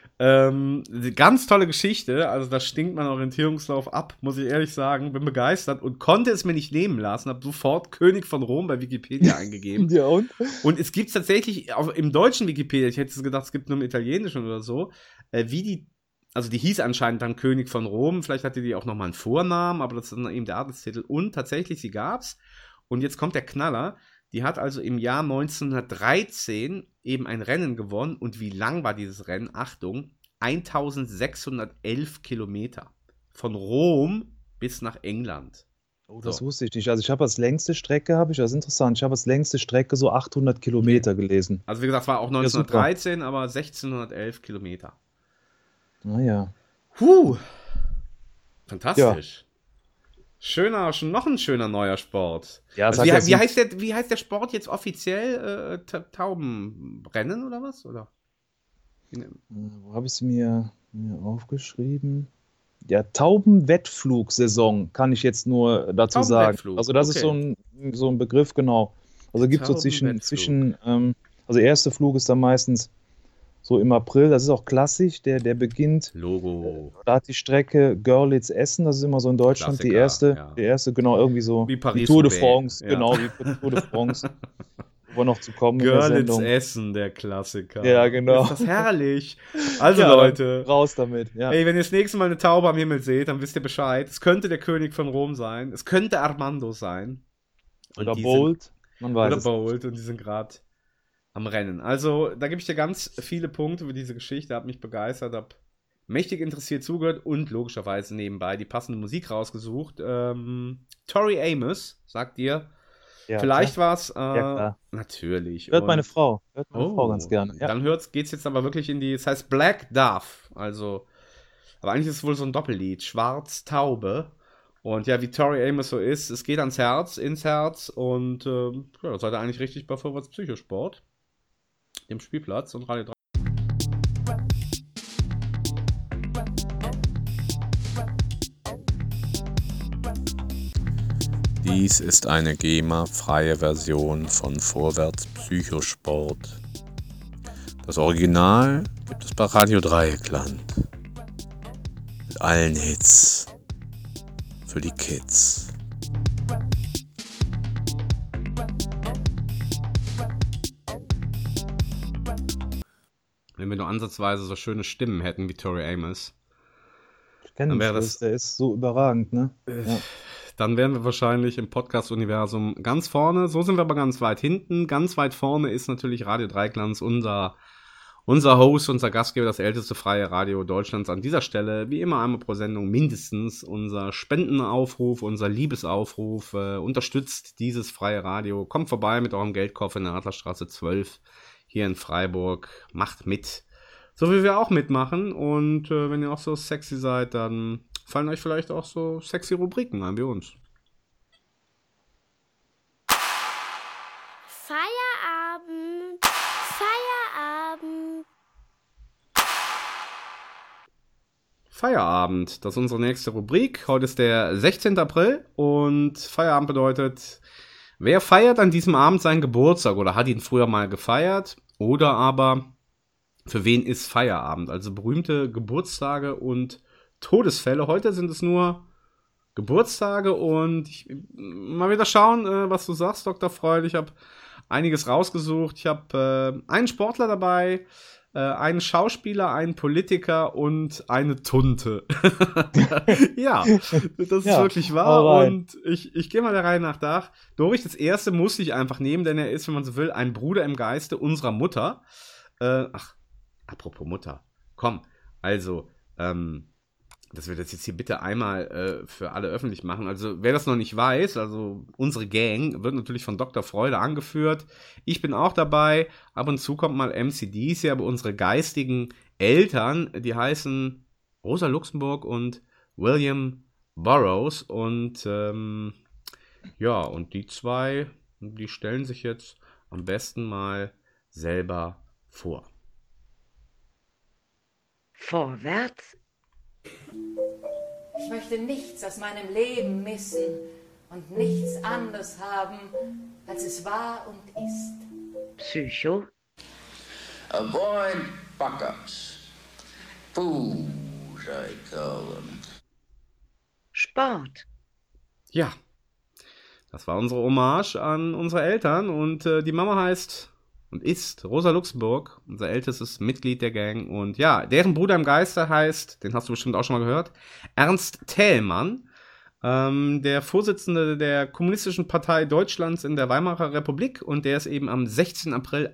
Ganz tolle Geschichte, also da stinkt mein Orientierungslauf ab, muss ich ehrlich sagen, bin begeistert und konnte es mir nicht nehmen lassen, habe sofort König von Rom bei Wikipedia eingegeben. Ja, und? Und es gibt tatsächlich, auch im deutschen Wikipedia, ich hätte gedacht, es gibt nur im italienischen oder so, die hieß anscheinend dann König von Rom, vielleicht hatte die auch nochmal einen Vornamen, aber das ist dann eben der Adelstitel und tatsächlich, sie gab's. Und jetzt kommt der Knaller, die hat also im Jahr 1913 eben ein Rennen gewonnen. Und wie lang war dieses Rennen? Achtung, 1611 Kilometer. Von Rom bis nach England. Oh, das wusste ich nicht. Also ich habe als längste Strecke, das ist interessant, ich habe als längste Strecke so 800 Kilometer gelesen. Also wie gesagt, es war auch 1913, aber 1611 Kilometer. Naja. Fantastisch. Noch ein schöner neuer Sport. Ja, also wie heißt der Sport jetzt offiziell? Taubenrennen oder was? Oder? Wo habe ich es mir aufgeschrieben? Ja, Taubenwettflugsaison kann ich jetzt nur dazu sagen. Also das ist so ein Begriff, genau. Also gibt es so zwischen also der erste Flug ist dann meistens so im April, das ist auch klassisch, der beginnt. Logo. Da hat die Strecke Görlitz-Essen, das ist immer so in Deutschland Klassiker, die erste, genau, irgendwie so wie Paris Tour de France, ja. genau, wie Tour de France, wo wir noch zu kommen in der Sendung. Görlitz-Essen, der Klassiker. Ja, genau. Ist das herrlich. Also Ja, Leute, raus damit. Ja. ey, wenn ihr das nächste Mal eine Taube am Himmel seht, dann wisst ihr Bescheid. Es könnte der König von Rom sein, es könnte Armando sein. Und Oder die Bolt, man weiß Oder es. Bolt und die sind gerade am Rennen. Also, da gebe ich dir ganz viele Punkte für diese Geschichte, habe mich begeistert, habe mächtig interessiert zugehört und logischerweise nebenbei die passende Musik rausgesucht. Tori Amos, sagt ihr. Ja, Vielleicht war es, klar. natürlich. Hört Und- meine Frau ganz gerne. Ja. Dann geht's jetzt aber wirklich es heißt Black Dove, also, aber eigentlich ist es wohl so ein Doppellied, Schwarz Taube. Und ja, wie Tori Amos so ist, es geht ins Herz und da seid ihr eigentlich richtig bei Vorwärts Psychosport, dem Spielplatz und Radio 3. Dies ist eine GEMA-freie Version von Vorwärts Psychosport. Das Original gibt es bei Radio Dreieckland. Mit allen Hits. Für die Kids. Wenn wir nur ansatzweise so schöne Stimmen hätten wie Tori Amos, Ich kenne dann ihn, wäre das, der ist so überragend, ne? Ja. dann wären wir wahrscheinlich im Podcast-Universum ganz vorne. So sind wir aber ganz weit hinten. Ganz weit vorne ist natürlich Radio Dreieckland, unser Host, unser Gastgeber, das älteste freie Radio Deutschlands. An dieser Stelle, wie immer einmal pro Sendung, mindestens unser Spendenaufruf, unser Liebesaufruf. Unterstützt dieses freie Radio. Kommt vorbei mit eurem Geldkoffer in der Adlerstraße 12 hier in Freiburg. Macht mit. So wie wir auch mitmachen. Und wenn ihr auch so sexy seid, dann fallen euch vielleicht auch so sexy Rubriken ein wie uns. Feierabend, Feierabend. Feierabend, das ist unsere nächste Rubrik. Heute ist der 16. April und Feierabend bedeutet, wer feiert an diesem Abend seinen Geburtstag oder hat ihn früher mal gefeiert oder aber für wen ist Feierabend? Also berühmte Geburtstage und Todesfälle. Heute sind es nur Geburtstage und mal wieder schauen, was du sagst, Dr. Freud. Ich habe einiges rausgesucht. Ich habe einen Sportler dabei, einen Schauspieler, einen Politiker und eine Tunte. Ja, das ist Ja, wirklich hau wahr. rein. Und ich gehe mal der Reihe nach. Dorich, das erste musste ich einfach nehmen, denn er ist, wenn man so will, ein Bruder im Geiste unserer Mutter. Apropos Mutter. Komm, also, dass wir das jetzt hier bitte einmal für alle öffentlich machen. Also, wer das noch nicht weiß, also unsere Gang wird natürlich von Dr. Freude angeführt. Ich bin auch dabei. Ab und zu kommt mal MCDs hier, aber unsere geistigen Eltern, die heißen Rosa Luxemburg und William Burroughs. Und ja, und die zwei, die stellen sich jetzt am besten mal selber vor. Vorwärts, Ich möchte nichts aus meinem Leben missen und nichts anderes haben, als es war und ist. Psycho, Avoid fuck-ups. Fools, I call them. Sport, Ja, das war unsere Hommage an unsere Eltern und die Mama heißt und ist Rosa Luxemburg, unser ältestes Mitglied der Gang. Und ja, deren Bruder im Geiste heißt, den hast du bestimmt auch schon mal gehört, Ernst Thälmann, der Vorsitzende der Kommunistischen Partei Deutschlands in der Weimarer Republik. Und der ist eben am 16. April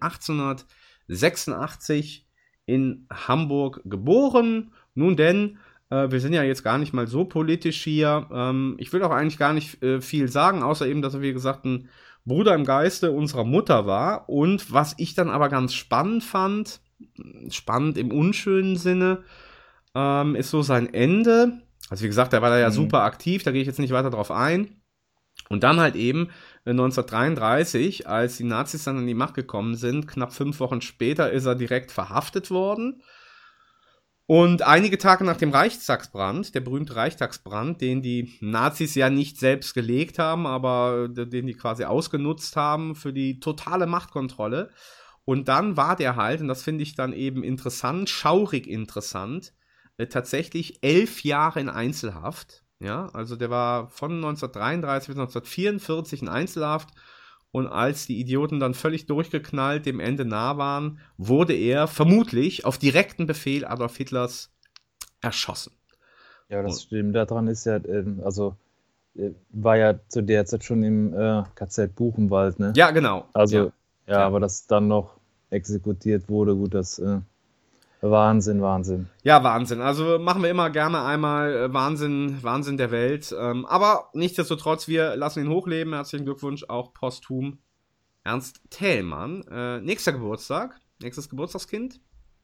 1886 in Hamburg geboren. Nun denn, wir sind ja jetzt gar nicht mal so politisch hier. Ich will auch eigentlich gar nicht viel sagen, außer eben, dass er, wie gesagt, ein Bruder im Geiste unserer Mutter war. Und was ich dann aber ganz spannend fand, spannend im unschönen Sinne, ist so sein Ende. Also wie gesagt, der war da ja super aktiv, da gehe ich jetzt nicht weiter drauf ein. Und dann halt eben 1933, als die Nazis dann an die Macht gekommen sind, knapp 5 Wochen später ist er direkt verhaftet worden. Und einige Tage nach dem Reichstagsbrand, der berühmte Reichstagsbrand, den die Nazis ja nicht selbst gelegt haben, aber den die quasi ausgenutzt haben für die totale Machtkontrolle. Und dann war der halt, und das finde ich dann eben interessant, schaurig interessant, tatsächlich 11 Jahre in Einzelhaft. Ja, also der war von 1933 bis 1944 in Einzelhaft. Und als die Idioten dann völlig durchgeknallt dem Ende nah waren, wurde er vermutlich auf direkten Befehl Adolf Hitlers erschossen. Ja, das stimmt. Daran ist ja, war ja zu der Zeit schon im KZ Buchenwald, ne? Ja, genau. Also, ja, aber dass dann noch exekutiert wurde, gut, das Wahnsinn. Ja, Wahnsinn. Also machen wir immer gerne einmal Wahnsinn der Welt. Aber nichtsdestotrotz, wir lassen ihn hochleben. Herzlichen Glückwunsch auch posthum Ernst Thälmann. Nächstes Geburtstagskind.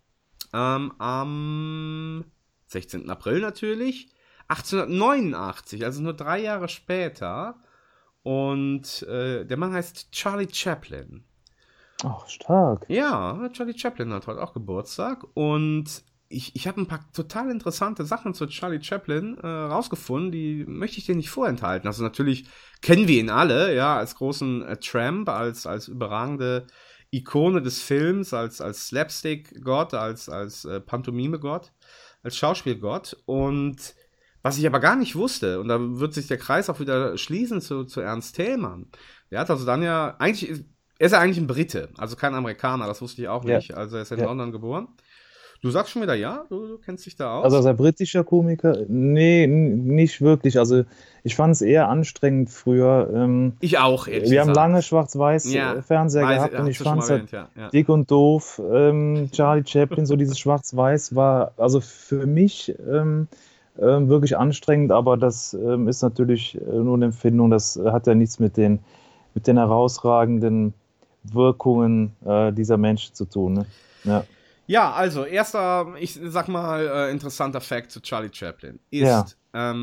Am 16. April natürlich. 1889, also nur 3 Jahre später. Und der Mann heißt Charlie Chaplin. Ach, stark. Ja, Charlie Chaplin hat heute auch Geburtstag. Und ich habe ein paar total interessante Sachen zu Charlie Chaplin rausgefunden, die möchte ich dir nicht vorenthalten. Also natürlich kennen wir ihn alle, ja, als großen Tramp, als überragende Ikone des Films, als Slapstick-Gott, als Pantomime-Gott, als Schauspielgott. Und was ich aber gar nicht wusste, und da wird sich der Kreis auch wieder schließen zu Ernst Thälmann. Der hat also dann ja, er ist ja eigentlich ein Brite, also kein Amerikaner, das wusste ich auch nicht. Also er ist in London geboren. Du sagst schon wieder ja, du kennst dich da aus. Also als ein britischer Komiker? Nee, nicht wirklich. Also ich fand es eher anstrengend früher. Ich auch, ehrlich Wir haben gesagt. lange Schwarz-Weiß-Fernseher gehabt und ich fand es halt dick und doof. Charlie Chaplin, so dieses Schwarz-Weiß war also für mich wirklich anstrengend, aber das ist natürlich nur eine Empfindung, das hat ja nichts mit den herausragenden Wirkungen dieser Menschen zu tun. Ne? Ja. Ja, also, erster, ich sag mal, interessanter Fact zu Charlie Chaplin ist,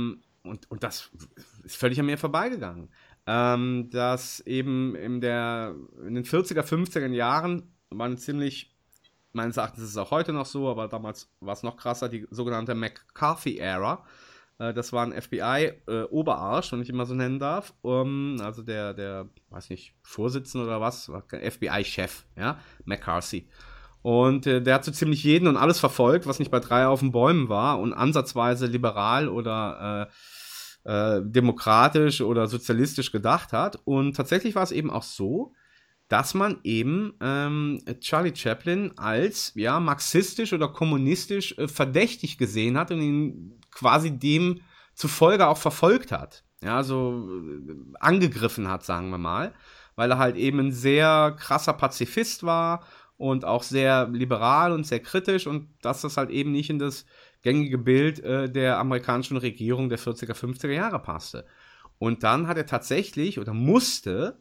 und das ist völlig an mir vorbeigegangen, dass eben in den 40er, 50er Jahren war eine ziemlich, meines Erachtens ist es auch heute noch so, aber damals war es noch krasser, die sogenannte McCarthy-Ära. Das war ein FBI-Oberarsch, wenn ich ihn mal so nennen darf. Also der, weiß nicht, Vorsitzende oder was, war FBI-Chef, ja, McCarthy. Und der hat so ziemlich jeden und alles verfolgt, was nicht bei 3 auf den Bäumen war und ansatzweise liberal oder demokratisch oder sozialistisch gedacht hat. Und tatsächlich war es eben auch so, dass man eben Charlie Chaplin als marxistisch oder kommunistisch verdächtig gesehen hat und ihn quasi dem zufolge auch verfolgt hat. Ja, so angegriffen hat, sagen wir mal, weil er halt eben ein sehr krasser Pazifist war und auch sehr liberal und sehr kritisch und dass das halt eben nicht in das gängige Bild der amerikanischen Regierung der 40er, 50er Jahre passte. Und dann hat er tatsächlich oder musste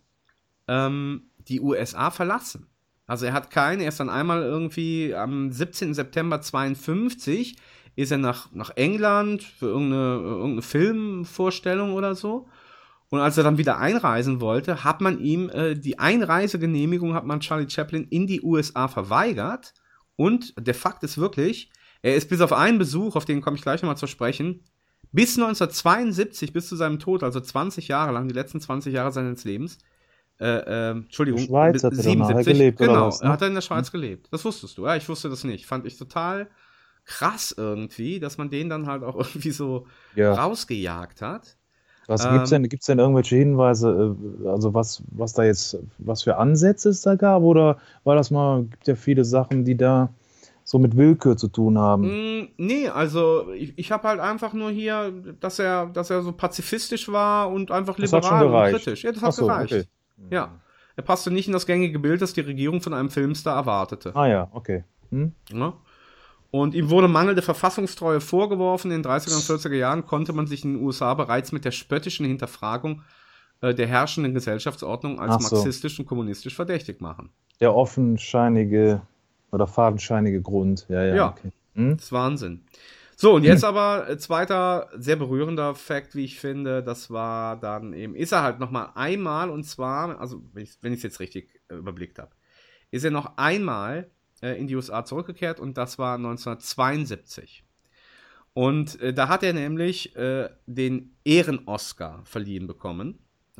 die USA verlassen. Also er ist dann einmal irgendwie am 17. September 52 ist er nach England für irgendeine Filmvorstellung oder so. Und als er dann wieder einreisen wollte, hat man ihm die Einreisegenehmigung hat man Charlie Chaplin in die USA verweigert. Und der Fakt ist wirklich, er ist bis auf einen Besuch, auf den komme ich gleich nochmal zu sprechen, bis 1972, bis zu seinem Tod, also 20 Jahre lang, die letzten 20 Jahre seines Lebens, Entschuldigung, in der Schweiz hat er 77, gelebt, genau, oder was, ne? hat er in der Schweiz gelebt. Das wusstest du, ja, ich wusste das nicht. Fand ich total krass irgendwie, dass man den dann halt auch irgendwie so rausgejagt hat. Gibt's denn irgendwelche Hinweise, also was da jetzt, was für Ansätze es da gab, oder war das mal, gibt ja viele Sachen, die da so mit Willkür zu tun haben? Nee, also ich habe halt einfach nur hier, dass er so pazifistisch war und einfach Das hat schon liberal und gereicht. kritisch. Ja, das Ach hat so, gereicht. okay. Ja, er passte nicht in das gängige Bild, das die Regierung von einem Filmstar erwartete. Ah ja, okay. Ja. Und ihm wurde mangelnde Verfassungstreue vorgeworfen. In den 30er und 40er Jahren konnte man sich in den USA bereits mit der spöttischen Hinterfragung der herrschenden Gesellschaftsordnung als Ach so. marxistisch und kommunistisch verdächtig machen. Der offenscheinige oder fadenscheinige Grund. Ja. Okay. Das ist Wahnsinn. So, und jetzt aber zweiter sehr berührender Fakt, wie ich finde, das war dann eben, ist er halt nochmal einmal, und zwar, also wenn ich es jetzt richtig überblickt habe, ist er noch einmal in die USA zurückgekehrt und das war 1972. Und da hat er nämlich den Ehren-Oscar verliehen bekommen.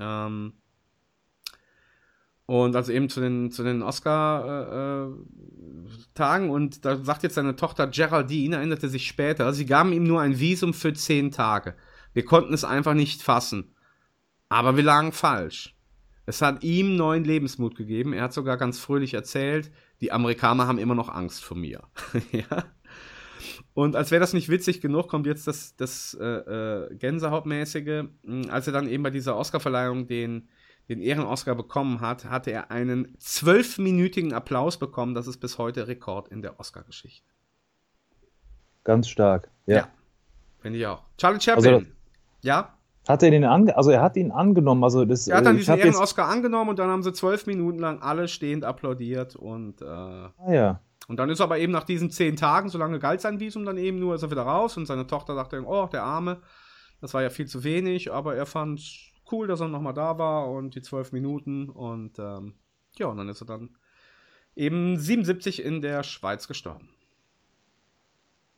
Und also eben zu den Oscar-Tagen. Und da sagt jetzt seine Tochter Geraldine, erinnerte sich später, sie gaben ihm nur ein Visum für 10 Tage. Wir konnten es einfach nicht fassen. Aber wir lagen falsch. Es hat ihm neuen Lebensmut gegeben. Er hat sogar ganz fröhlich erzählt, die Amerikaner haben immer noch Angst vor mir. Ja. Und als wäre das nicht witzig genug, kommt jetzt das Gänsehautmäßige. Als er dann eben bei dieser Oscarverleihung den Ehren-Oscar bekommen hat, hatte er einen 12-minütigen Applaus bekommen. Das ist bis heute Rekord in der Oscar-Geschichte. Ganz stark. Ja. Finde ich auch. Charlie Chaplin. Also, ja? Hat er er hat ihn angenommen. Also er hat dann diesen Ehren-Oscar angenommen und dann haben sie 12 Minuten lang alle stehend applaudiert und und dann ist er aber eben nach diesen 10 Tagen, so lange galt sein Visum dann eben nur, ist er wieder raus und seine Tochter dachte, oh, der Arme, das war ja viel zu wenig, aber er fand cool, dass er nochmal da war und die 12 Minuten und und dann ist er dann eben 77 in der Schweiz gestorben.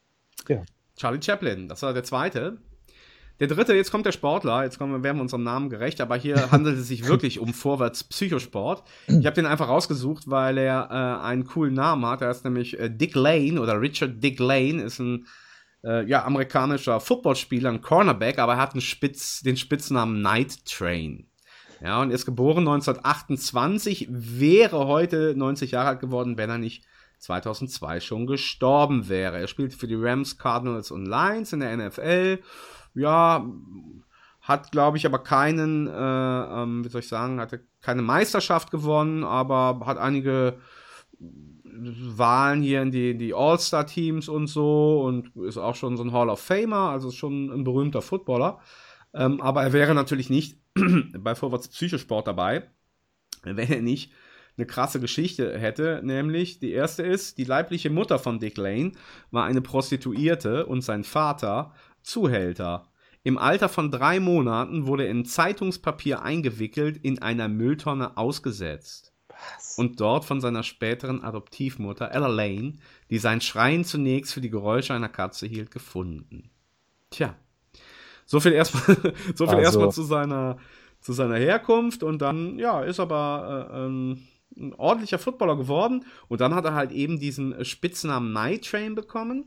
Ja. Charlie Chaplin, das war der zweite. Der dritte, jetzt kommt der Sportler, werden wir unserem Namen gerecht, aber hier handelt es sich wirklich um Vorwärts Psychosport. Ich habe den einfach rausgesucht, weil er einen coolen Namen hat. Er ist nämlich Dick Lane oder Richard Dick Lane, ist ein amerikanischer Footballspieler, ein Cornerback, aber er hat den Spitznamen Night Train. Ja, und er ist geboren 1928, wäre heute 90 Jahre alt geworden, wenn er nicht 2002 schon gestorben wäre. Er spielt für die Rams, Cardinals und Lions in der NFL. Ja, hat, glaube ich, aber keinen, hatte keine Meisterschaft gewonnen, aber hat einige Wahlen hier in die All-Star-Teams und so und ist auch schon so ein Hall of Famer, also schon ein berühmter Footballer. Aber er wäre natürlich nicht bei Vorwärts Psychosport dabei, wenn er nicht eine krasse Geschichte hätte, nämlich die erste ist, die leibliche Mutter von Dick Lane war eine Prostituierte und sein Vater Zuhälter. Im Alter von 3 Monaten wurde er in Zeitungspapier eingewickelt, in einer Mülltonne ausgesetzt. Was? Und dort von seiner späteren Adoptivmutter Ella Lane, die sein Schreien zunächst für die Geräusche einer Katze hielt, gefunden. Tja, so viel erstmal zu seiner Herkunft und dann, ja, ist aber ein ordentlicher Footballer geworden und dann hat er halt eben diesen Spitznamen Night Train bekommen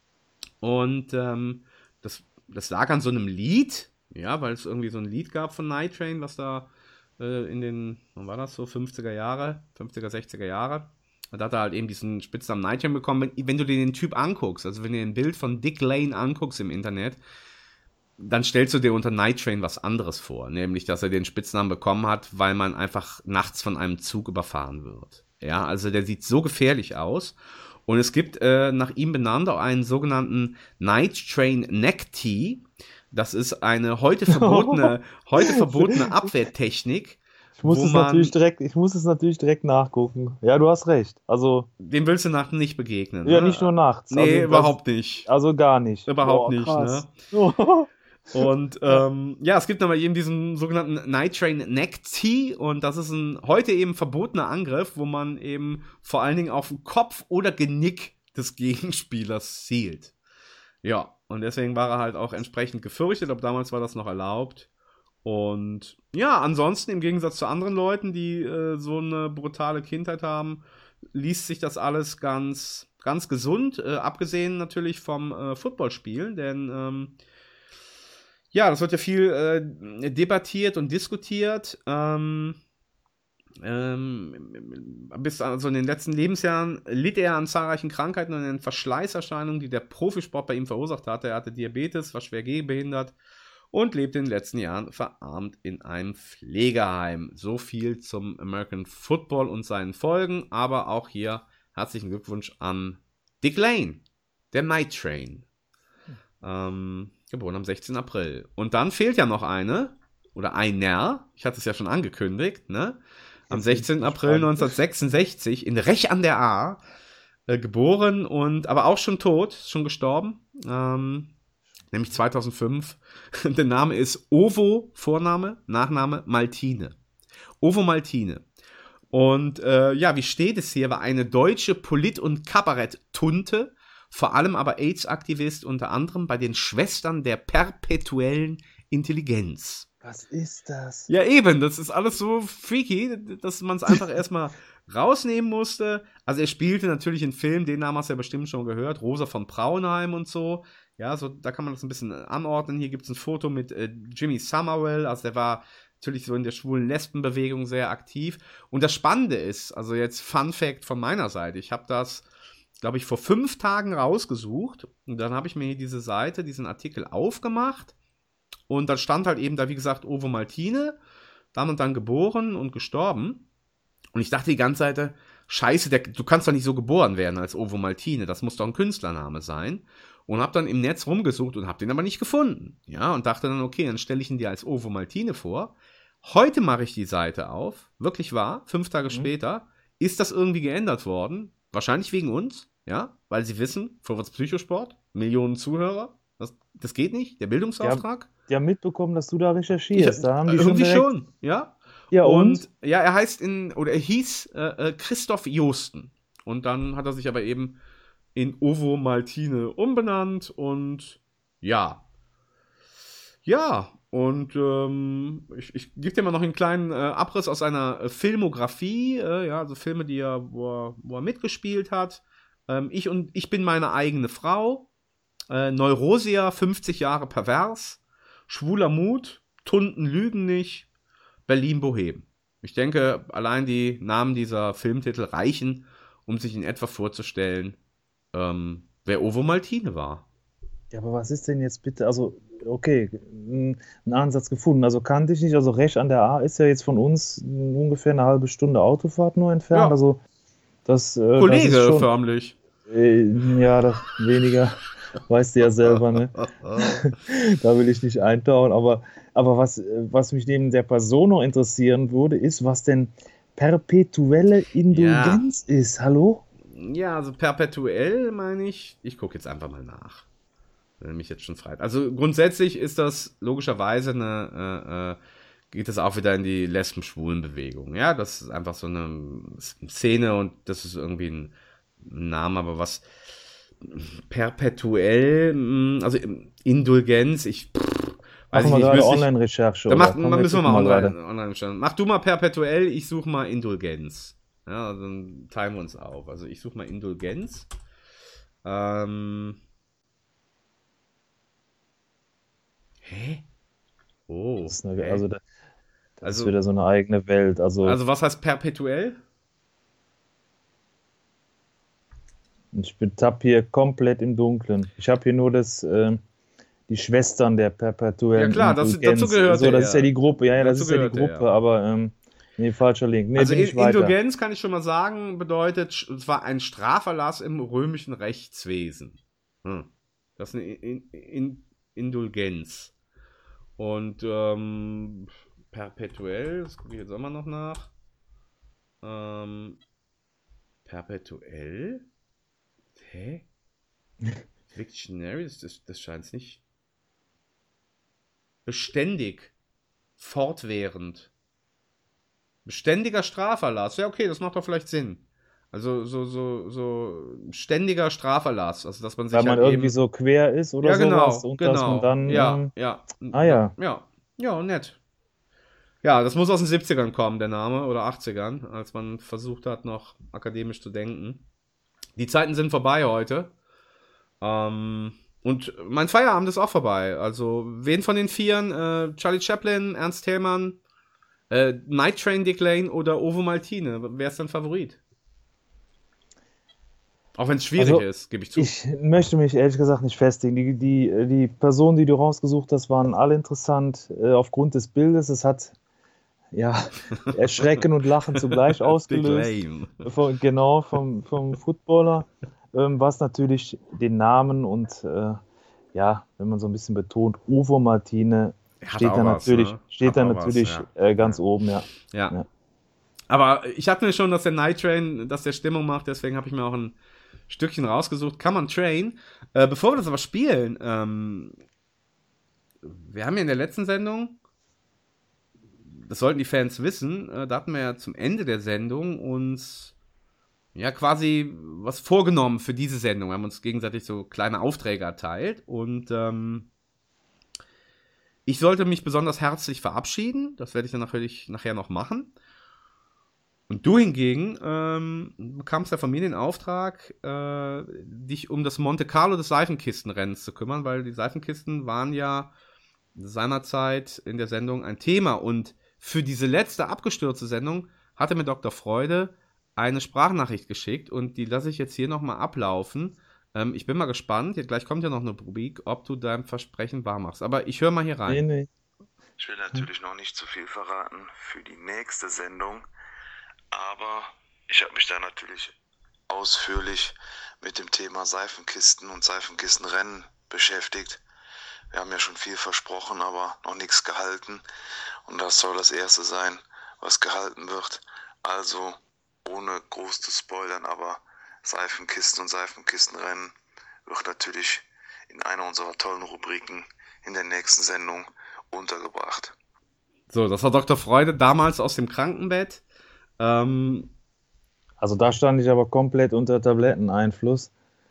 und das lag an so einem Lied, ja, weil es irgendwie so ein Lied gab von Night Train, was da in den, wann war das so, 50er, 60er Jahre. Und da hat er halt eben diesen Spitznamen Night Train bekommen. Wenn du dir den Typ anguckst, also wenn du dir ein Bild von Dick Lane anguckst im Internet, dann stellst du dir unter Night Train was anderes vor. Nämlich, dass er den Spitznamen bekommen hat, weil man einfach nachts von einem Zug überfahren wird. Ja, also der sieht so gefährlich aus. Und es gibt nach ihm benannt auch einen sogenannten Night Train Neck Tee. Das ist eine heute verbotene Abwehrtechnik. Ich muss es natürlich direkt nachgucken. Ja, du hast recht. Also dem willst du nachts nicht begegnen. Ja, ne? nicht nur nachts. Nee, also überhaupt nicht. Also gar nicht. Überhaupt nicht, krass. Ne? Und es gibt aber eben diesen sogenannten Night Train Neck Tee und das ist ein heute eben verbotener Angriff, wo man eben vor allen Dingen auf den Kopf oder Genick des Gegenspielers zielt. Ja, und deswegen war er halt auch entsprechend gefürchtet, aber damals war das noch erlaubt. Und ja, ansonsten im Gegensatz zu anderen Leuten, die so eine brutale Kindheit haben, liest sich das alles ganz, ganz gesund, abgesehen natürlich vom Footballspielen, denn das wird ja viel debattiert und diskutiert. Bis also in den letzten Lebensjahren litt er an zahlreichen Krankheiten und an Verschleißerscheinungen, die der Profisport bei ihm verursacht hatte. Er hatte Diabetes, war schwer gehbehindert und lebte in den letzten Jahren verarmt in einem Pflegeheim. So viel zum American Football und seinen Folgen, aber auch hier herzlichen Glückwunsch an Dick Lane, der Night Train. Geboren am 16. April. Und dann fehlt ja noch einer, ich hatte es ja schon angekündigt, ne? Am 16. April 1966 in Rech an der Ahr geboren und aber auch schon tot, schon gestorben, nämlich 2005. Der Name ist Ovo, Vorname, Nachname Maltine. Ovo Maltine. Und wie steht es hier, war eine deutsche Polit- und Kabarett-Tunte, vor allem aber AIDS-Aktivist, unter anderem bei den Schwestern der perpetuellen Intelligenz. Was ist das? Ja, eben, das ist alles so freaky, dass man es einfach erstmal rausnehmen musste. Also er spielte natürlich einen Film, den Namen hast du ja bestimmt schon gehört, Rosa von Braunheim und so. Ja, so da kann man das ein bisschen anordnen. Hier gibt es ein Foto mit Jimmy Somerville, also der war natürlich so in der schwulen Lesbenbewegung sehr aktiv. Und das Spannende ist, also jetzt Fun Fact von meiner Seite, ich habe das, glaube ich, vor 5 Tagen rausgesucht und dann habe ich mir hier diesen Artikel aufgemacht und dann stand halt eben da, wie gesagt, Ovo Maltine, dann und dann geboren und gestorben und ich dachte die ganze Zeit, scheiße, du kannst doch nicht so geboren werden als Ovo Maltine, das muss doch ein Künstlername sein und habe dann im Netz rumgesucht und habe den aber nicht gefunden, ja, und dachte dann, okay, dann stelle ich ihn dir als Ovo Maltine vor. Heute mache ich die Seite auf, wirklich wahr, 5 Tage später, ist das irgendwie geändert worden, wahrscheinlich wegen uns, ja, weil sie wissen, Vorwärts Psychosport, Millionen Zuhörer, das geht nicht, der Bildungsauftrag. Die haben mitbekommen, dass du da recherchierst, da haben die irgendwie schon, ja. Ja, und? Ja, er hieß Christoph Joosten. Und dann hat er sich aber eben in Ovo Maltine umbenannt und ja. Ja, und ich gebe dir mal noch einen kleinen Abriss aus seiner Filmografie, ja, also Filme, wo er mitgespielt hat. Ich bin meine eigene Frau, Neurosia, 50 Jahre pervers, Schwuler Mut, Tunden lügen nicht, Berlin Bohem. Ich denke, allein die Namen dieser Filmtitel reichen, um sich in etwa vorzustellen, wer Ovo Maltine war. Ja, aber was ist denn jetzt bitte, also, okay, einen Ansatz gefunden, also kannte ich nicht, also Rech an der A ist ja jetzt von uns ungefähr eine halbe Stunde Autofahrt nur entfernt, Ja. also das... Kollege das ist schon, förmlich. ja, das weniger, weißt du ja selber, ne? Da will ich nicht eintauchen, aber was mich neben der Person noch interessieren würde, ist, was denn perpetuelle Indulgenz ist, hallo? Ja, also perpetuell meine ich gucke jetzt einfach mal nach. Wenn mich jetzt schon frei. Also grundsätzlich ist das logischerweise geht das auch wieder in die Lesben-Schwulen-Bewegung. Ja, das ist einfach so eine Szene und das ist irgendwie ein Name, aber was perpetuell, also Indulgenz, weiß Machen ich wir nicht. gerade Online-Recherche. Da oder? müssen wir mal gerade. online stellen. Mach du mal perpetuell, ich suche mal Indulgenz. Ja, also dann teilen wir uns auf. Also ich suche mal Indulgenz. Hä? Oh. Das ist, das Also- ist wieder so eine eigene Welt. Also was heißt perpetuell? ich tapp hier komplett im Dunkeln. Ich habe hier nur die Schwestern der perpetuellen Ja, klar, dazu Indulgenz. gehört so, er, das ist ja ja. die Gruppe. Ja, das Dazu ist ja die gehört er, Gruppe, ja. aber nee, falscher Link. Nee, Also bin ich weiter. Indulgenz, kann ich schon mal sagen, bedeutet, es war ein Straferlass im römischen Rechtswesen. Das ist eine Indulgenz. Und perpetuell, das gucke ich jetzt auch mal noch nach. Perpetuell? Hä? Dictionary, das scheint es nicht. Beständig. Fortwährend. Beständiger Straferlass. Ja, okay, das macht doch vielleicht Sinn. Also so ständiger Straferlass. Also, dass man sich Weil man halt irgendwie so quer ist oder ja, genau, sowas und dass man dann... ja. ja. Nett. Ja, das muss aus den 70ern kommen, der Name, oder 80ern, als man versucht hat, noch akademisch zu denken. Die Zeiten sind vorbei heute. Und mein Feierabend ist auch vorbei. Also, wen von den Vieren? Charlie Chaplin, Ernst Thälmann, Night Train Dick Lane oder Ovo Maltine? Wer ist dein Favorit? Auch wenn es schwierig ist, gebe ich zu. Ich möchte mich ehrlich gesagt nicht festlegen. Die Personen, die du rausgesucht hast, waren alle interessant aufgrund des Bildes. Es hat Erschrecken und Lachen zugleich ausgelöst. Genau, vom Footballer. Was natürlich den Namen und wenn man so ein bisschen betont, Ovo Maltine steht da natürlich ganz oben, ja. Aber ich hatte mir schon, dass der Night Train, dass der Stimmung macht, deswegen habe ich mir auch ein Stückchen rausgesucht. Come on Train. Bevor wir das aber spielen, wir haben ja in der letzten Sendung, das sollten die Fans wissen, da hatten wir ja zum Ende der Sendung uns quasi was vorgenommen für diese Sendung. Wir haben uns gegenseitig so kleine Aufträge erteilt und ich sollte mich besonders herzlich verabschieden. Das werde ich dann natürlich nachher noch machen. Und du hingegen bekamst ja von mir den Auftrag, dich um das Monte Carlo des Seifenkistenrennens zu kümmern, weil die Seifenkisten waren ja seinerzeit in der Sendung ein Thema. Und für diese letzte abgestürzte Sendung hatte mir Dr. Freude eine Sprachnachricht geschickt und die lasse ich jetzt hier nochmal ablaufen. Ich bin mal gespannt, gleich kommt ja noch eine Rubrik, ob du dein Versprechen wahr machst. Aber ich höre mal hier rein. Nee. Ich will natürlich noch nicht zu viel verraten für die nächste Sendung, aber ich habe mich da natürlich ausführlich mit dem Thema Seifenkisten und Seifenkistenrennen beschäftigt. Wir haben ja schon viel versprochen, aber noch nichts gehalten und das soll das erste sein, was gehalten wird. Also ohne groß zu spoilern, aber Seifenkisten und Seifenkistenrennen wird natürlich in einer unserer tollen Rubriken in der nächsten Sendung untergebracht. So, das war Dr. Freude damals aus dem Krankenbett. Also da stand ich aber komplett unter Tabletteneinfluss.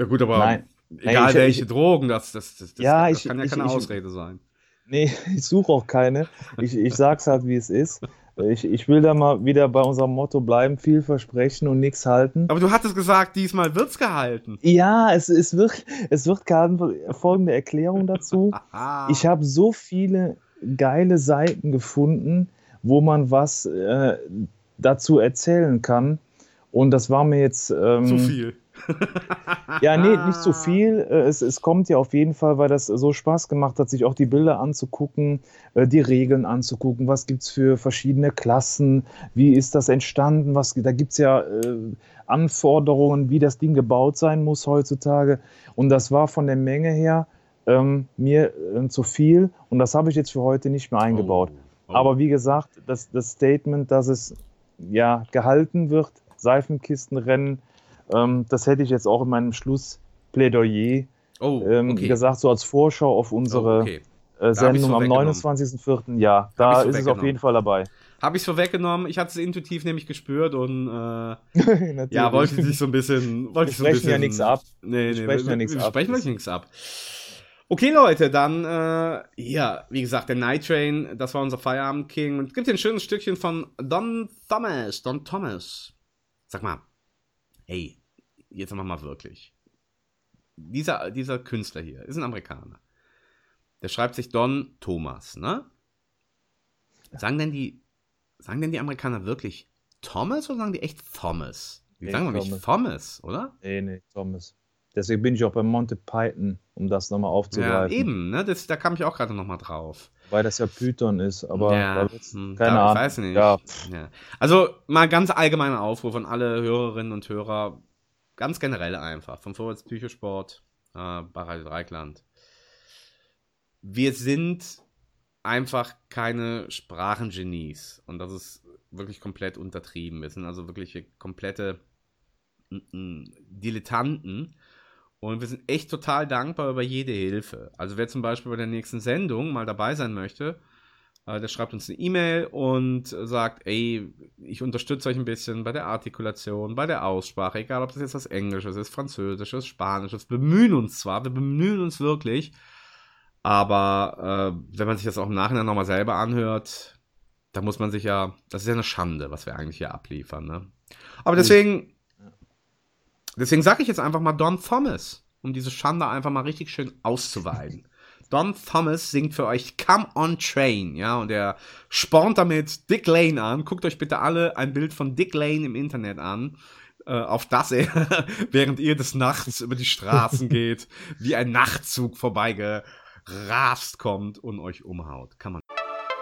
Ja gut, aber Nein. egal welche Drogen, das Ja, kann ja keine Ausrede sein. Nee, ich suche auch keine. Ich sag's halt, wie es ist. Ich will da mal wieder bei unserem Motto bleiben, viel versprechen und nichts halten. Aber du hattest gesagt, diesmal wird's gehalten. Ja, es wird gehalten. Folgende Erklärung dazu. Ich habe so viele geile Seiten gefunden, wo man was dazu erzählen kann. Und das war mir jetzt... Zu viel. Ja, nee, nicht zu viel. Es kommt ja auf jeden Fall, weil das so Spaß gemacht hat, sich auch die Bilder anzugucken, die Regeln anzugucken. Was gibt es für verschiedene Klassen? Wie ist das entstanden? Da gibt es ja Anforderungen, wie das Ding gebaut sein muss heutzutage. Und das war von der Menge her mir zu viel. Und das habe ich jetzt für heute nicht mehr eingebaut. Aber wie gesagt, das Statement, dass es ja gehalten wird, Seifenkistenrennen, das hätte ich jetzt auch in meinem Schlussplädoyer gesagt, so als Vorschau auf unsere Sendung am 29.04. Ja, da ist es auf jeden Fall dabei. Habe ich es vorweggenommen. Ich hatte es intuitiv nämlich gespürt und ja, wollte ich so ein bisschen... Wir sprechen ja nichts ab. Wir sprechen wirklich nichts ab. Okay, Leute, dann, ja, wie gesagt, der Night Train, das war unser Feierabend-King. Und es gibt hier ein schönes Stückchen von Don Thomas. Sag mal, hey, jetzt machen wir mal wirklich. Dieser Künstler hier ist ein Amerikaner. Der schreibt sich Don Thomas, ne? Sagen denn die Amerikaner wirklich Thomas oder sagen die echt Thomas? Die sagen doch nicht Thomas, oder? Nee, Thomas. Deswegen bin ich auch bei Monty Python, um das nochmal aufzugreifen. Ja, eben, ne? Da kam ich auch gerade nochmal drauf. Weil das ja Python ist, aber ja, keine Ahnung. Ich weiß nicht. Ja. Ja. Also mal ganz allgemeiner Aufruf an alle Hörerinnen und Hörer, ganz generell einfach, vom Vorwärts Psychosport bei Radio Dreieckland. Wir sind einfach keine Sprachengenies und das ist wirklich komplett untertrieben. Wir sind also wirklich komplette Dilettanten. Und wir sind echt total dankbar über jede Hilfe. Also wer zum Beispiel bei der nächsten Sendung mal dabei sein möchte, der schreibt uns eine E-Mail und sagt, ey, ich unterstütze euch ein bisschen bei der Artikulation, bei der Aussprache, egal ob das jetzt was Englisches ist, Französisches, Spanisches. Wir bemühen uns wirklich, aber wenn man sich das auch im Nachhinein nochmal selber anhört, da muss man sich ja, das ist ja eine Schande, was wir eigentlich hier abliefern, ne? Aber deswegen sage ich jetzt einfach mal Don Thomas, um diese Schande einfach mal richtig schön auszuweiden. Don Thomas singt für euch Come on Train, ja, und er spornt damit Dick Lane an. Guckt euch bitte alle ein Bild von Dick Lane im Internet an, auf das er, während ihr des Nachts über die Straßen geht, wie ein Nachtzug vorbeigerast kommt und euch umhaut. Kann man.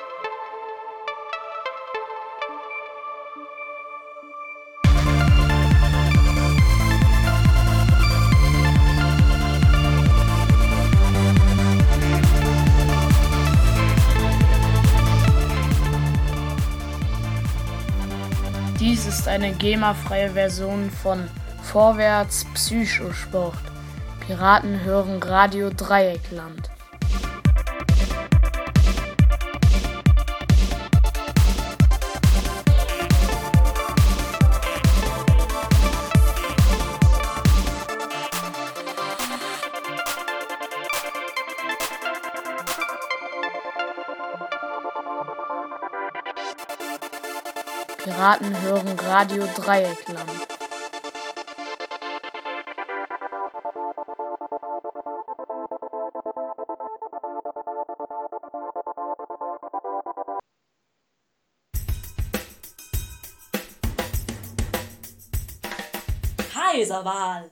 Dies ist eine GEMA-freie Version von Vorwärts Psychosport. Piraten hören Radio Dreieckland. Piraten hören Radio Dreieckland. Kaiserwahl.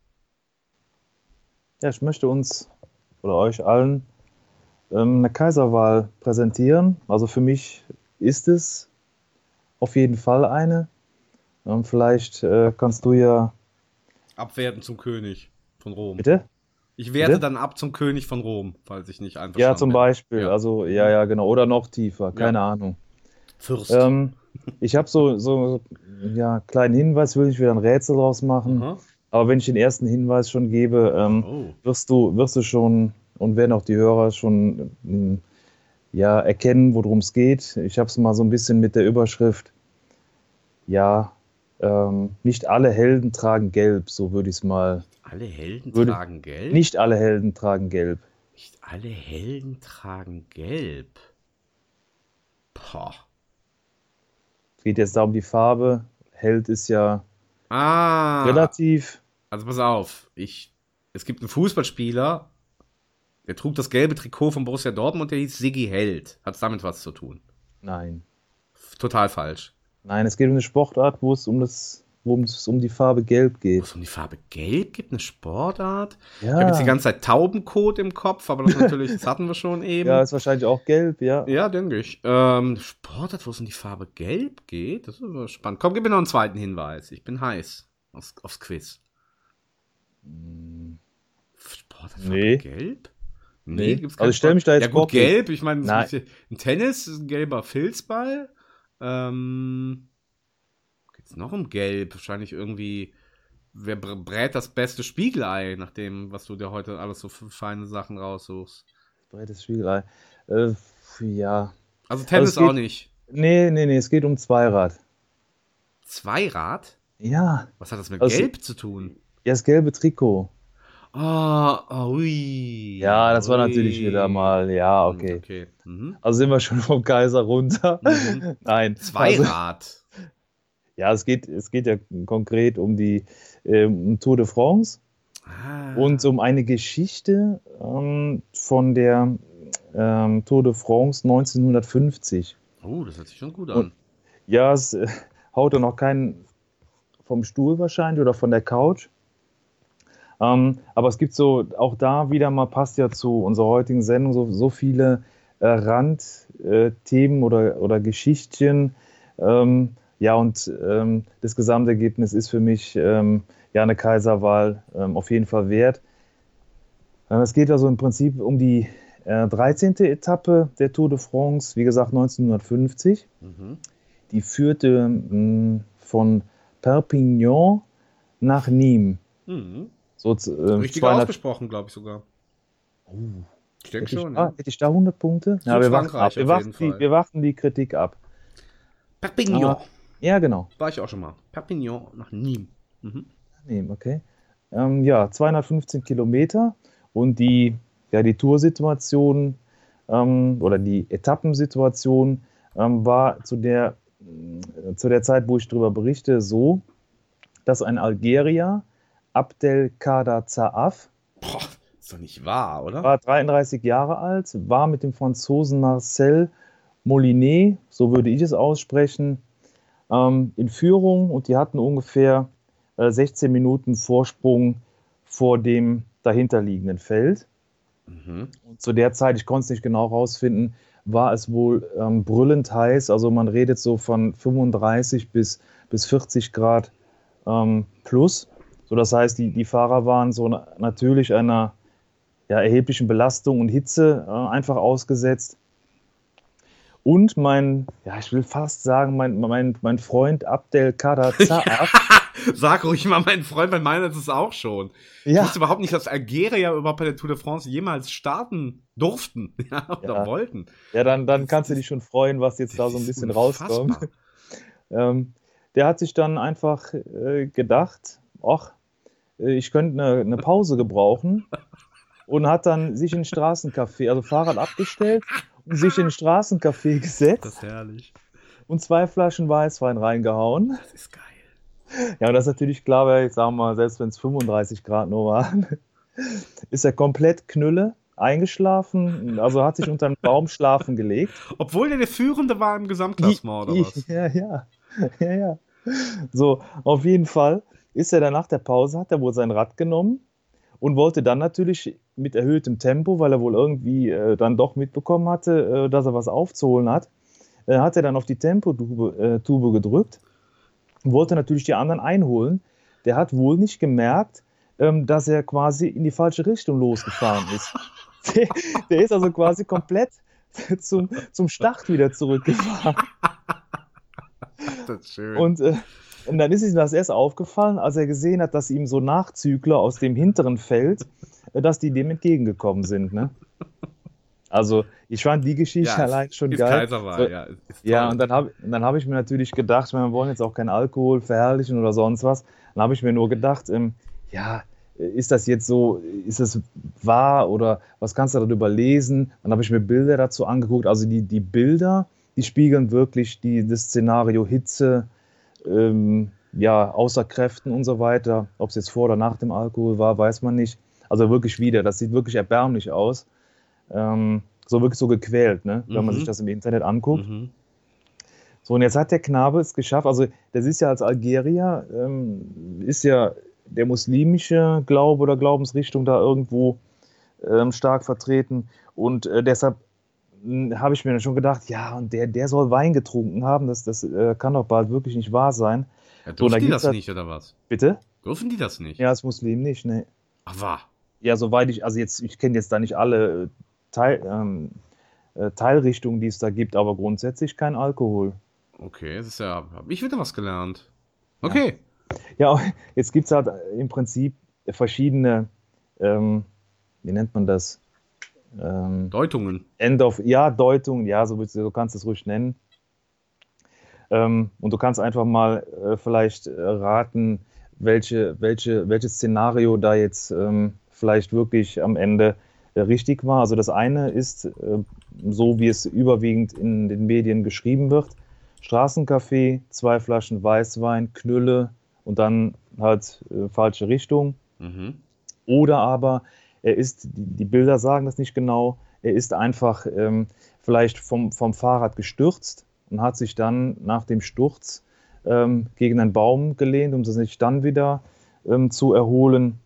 Ja, ich möchte uns oder euch allen eine Kaiserwahl präsentieren. Also für mich ist es auf jeden Fall eine. Vielleicht kannst du ja... Abwerten zum König von Rom. Bitte? Ich werte dann ab zum König von Rom, falls ich nicht einfach. Ja, zum Beispiel. Ja. Also, ja, genau. Oder noch tiefer. Keine Ahnung. Fürst. Ich habe so kleinen Hinweis, will ich wieder ein Rätsel draus machen. Aha. Aber wenn ich den ersten Hinweis schon gebe, wirst du schon, und werden auch die Hörer schon erkennen, worum es geht. Ich habe es mal so ein bisschen mit der Überschrift, nicht alle Helden tragen gelb, so würde ich es mal Alle Helden Würde- tragen gelb? Nicht alle Helden tragen gelb. Nicht alle Helden tragen gelb. Boah. Es geht jetzt da um die Farbe. Held ist ja relativ. Also pass auf. Es gibt einen Fußballspieler, der trug das gelbe Trikot von Borussia Dortmund, der hieß Sigi Held. Hat es damit was zu tun? Nein. Total falsch. Nein, es geht um eine Sportart, wo es um die Farbe gelb geht. Wo es um die Farbe gelb gibt, eine Sportart? Ja. Ich habe jetzt die ganze Zeit Taubenkot im Kopf, aber das hatten wir schon eben. Ja, ist wahrscheinlich auch gelb, ja. Ja, denke ich. Sportart, wo es um die Farbe gelb geht? Das ist aber spannend. Komm, gib mir noch einen zweiten Hinweis. Ich bin heiß aufs Quiz. Sportart, Farbe gelb? Nee, gibt's keine Also ich stelle mich da jetzt Ja gut, bockig. gelb. Ich meine, Nein. ein Tennis ist ein gelber Filzball. Geht's noch um gelb? Wahrscheinlich irgendwie, wer brät das beste Spiegelei, nach dem, was du dir heute alles so für feine Sachen raussuchst? Breites Spiegelei. Ja. Also Tennis es geht- auch nicht. Nee, es geht um Zweirad. Zweirad? Ja. Was hat das mit Also- gelb zu tun? Ja, das gelbe Trikot. Ui. Ja, das war Ui. natürlich wieder mal, ja, okay. Okay. Mhm. Also sind wir schon vom Kaiser runter. Mhm. Nein. Zweirad. Ja, es geht ja konkret um die Tour de France und um eine Geschichte von der Tour de France 1950. Oh, das hört sich schon gut an. Ja, es haut ja noch keinen vom Stuhl wahrscheinlich oder von der Couch. Aber es gibt so, auch da wieder mal, passt ja zu unserer heutigen Sendung, so viele Randthemen oder Geschichtchen. Ja, und das Gesamtergebnis ist für mich ja eine Kaiserwahl auf jeden Fall wert. Es geht also im Prinzip um die 13. Etappe der Tour de France, wie gesagt 1950. Die führte von Perpignan nach Nîmes. Mhm. So, Richtig 200 ausgesprochen, glaube ich sogar. Ich denke schon. Hätte ich da 100 Punkte? Ja, wir warten ab. Wir warten die Kritik ab. Perpignan. Ja, genau. War ich auch schon mal. Perpignan nach Nîmes. Mhm. Nîmes, okay. Ja, 215 Kilometer und die Toursituation oder die Etappensituation war zu der Zeit, wo ich darüber berichte, so, dass ein Algerier, Abdelkader Zaaf, Boah, ist doch nicht wahr, oder? war 33 Jahre alt, war mit dem Franzosen Marcel Molinet, so würde ich es aussprechen, in Führung und die hatten ungefähr 16 Minuten Vorsprung vor dem dahinterliegenden Feld. Und zu der Zeit, ich konnte es nicht genau rausfinden, war es wohl brüllend heiß. Also man redet so von 35 bis 40 Grad plus. So, das heißt, die Fahrer waren so natürlich einer erheblichen Belastung und Hitze einfach ausgesetzt. Und ich will fast sagen, mein Freund Abdelkader Zaaf. Sag ruhig mal, mein Freund, weil meiner ist es auch schon. Ja. Ich wusste überhaupt nicht, dass Algerier überhaupt bei der Tour de France jemals starten durften oder wollten. Ja, dann kannst du dich schon freuen, was jetzt da so ein bisschen rauskommt. Der hat sich dann einfach gedacht, ach, ich könnte eine Pause gebrauchen und hat dann sich in ein Straßencafé, also Fahrrad abgestellt und sich in ein Straßencafé gesetzt. Das ist herrlich. Und 2 Flaschen Weißwein reingehauen. Das ist geil. Ja, und das ist natürlich klar, weil ich sage mal, selbst wenn es 35 Grad nur waren, ist er komplett Knülle, eingeschlafen, also hat sich unter einen Baum schlafen gelegt. Obwohl der Führende war im Gesamtklassement, oder was? Ja. So, auf jeden Fall ist er dann nach der Pause, hat er wohl sein Rad genommen und wollte dann natürlich mit erhöhtem Tempo, weil er wohl irgendwie dann doch mitbekommen hatte, dass er was aufzuholen hat, hat er dann auf die Tempotube gedrückt und wollte natürlich die anderen einholen. Der hat wohl nicht gemerkt, dass er quasi in die falsche Richtung losgefahren ist. Der ist also quasi komplett zum Start wieder zurückgefahren. Das ist schön. Und dann ist ihm das erst aufgefallen, als er gesehen hat, dass ihm so Nachzügler aus dem hinteren Feld, dass die dem entgegengekommen sind. Ne? Also ich fand die Geschichte allein schon geil. Kaiserwahl, Ja, und dann hab ich mir natürlich gedacht, wir wollen jetzt auch keinen Alkohol verherrlichen oder sonst was. Dann habe ich mir nur gedacht, ist das jetzt so, ist es wahr oder was kannst du darüber lesen? Dann habe ich mir Bilder dazu angeguckt. Also die Bilder, die spiegeln wirklich das Szenario Hitze, ja, außer Kräften und so weiter. Ob es jetzt vor oder nach dem Alkohol war, weiß man nicht. Also wirklich wieder, das sieht wirklich erbärmlich aus. So wirklich so gequält, ne? Wenn man sich das im Internet anguckt. So, und jetzt hat der Knabe es geschafft, also das ist ja als Algerier, ist ja der muslimische Glaube oder Glaubensrichtung da irgendwo stark vertreten. Und deshalb habe ich mir dann schon gedacht, ja, und der soll Wein getrunken haben, das kann doch bald wirklich nicht wahr sein. Ja, So, und dürfen da die das gibt's nicht, oder was? Bitte? Dürfen die das nicht? Ja, als Muslim nicht, ne. Ach, wahr. Ja, soweit ich, also jetzt, ich kenne jetzt da nicht alle Teilrichtungen, die es da gibt, aber grundsätzlich kein Alkohol. Okay, das ist ja, habe ich wieder was gelernt. Okay. Ja, jetzt gibt es halt im Prinzip verschiedene, wie nennt man das? Deutungen. Deutungen, ja, so kannst du es ruhig nennen. Und du kannst einfach mal vielleicht raten, welches Szenario da jetzt vielleicht wirklich am Ende richtig war. Also das eine ist, so wie es überwiegend in den Medien geschrieben wird, Straßencafé, 2 Flaschen Weißwein, Knülle und dann halt falsche Richtung. Oder aber er ist, die Bilder sagen das nicht genau, er ist einfach vielleicht vom Fahrrad gestürzt und hat sich dann nach dem Sturz gegen einen Baum gelehnt, um sich dann wieder zu erholen.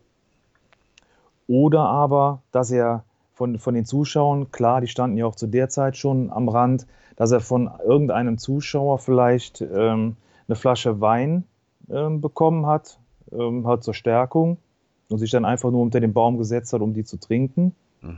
Oder aber, dass er von den Zuschauern, klar, die standen ja auch zu der Zeit schon am Rand, dass er von irgendeinem Zuschauer vielleicht eine Flasche Wein bekommen hat, halt zur Stärkung und sich dann einfach nur unter den Baum gesetzt hat, um die zu trinken.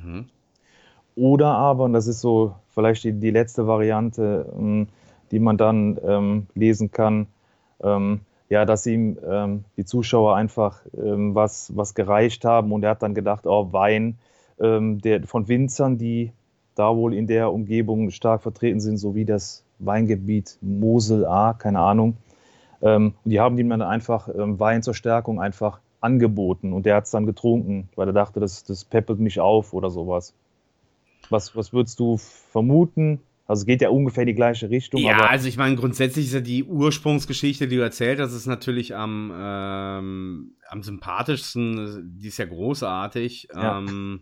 Oder aber, und das ist so vielleicht die letzte Variante, die man dann lesen kann, ja, dass ihm die Zuschauer einfach was gereicht haben und er hat dann gedacht, oh, Wein, der von Winzern, die da wohl in der Umgebung stark vertreten sind, sowie das Weingebiet Mosel A, keine Ahnung. Und die haben ihm dann einfach Wein zur Stärkung einfach angeboten und der hat es dann getrunken, weil er dachte, das peppelt mich auf oder sowas. Was würdest du vermuten? Also es geht ja ungefähr die gleiche Richtung. Ja, aber also ich meine, grundsätzlich ist ja die Ursprungsgeschichte, die du erzählt hast, ist natürlich am sympathischsten, die ist ja großartig. Ja.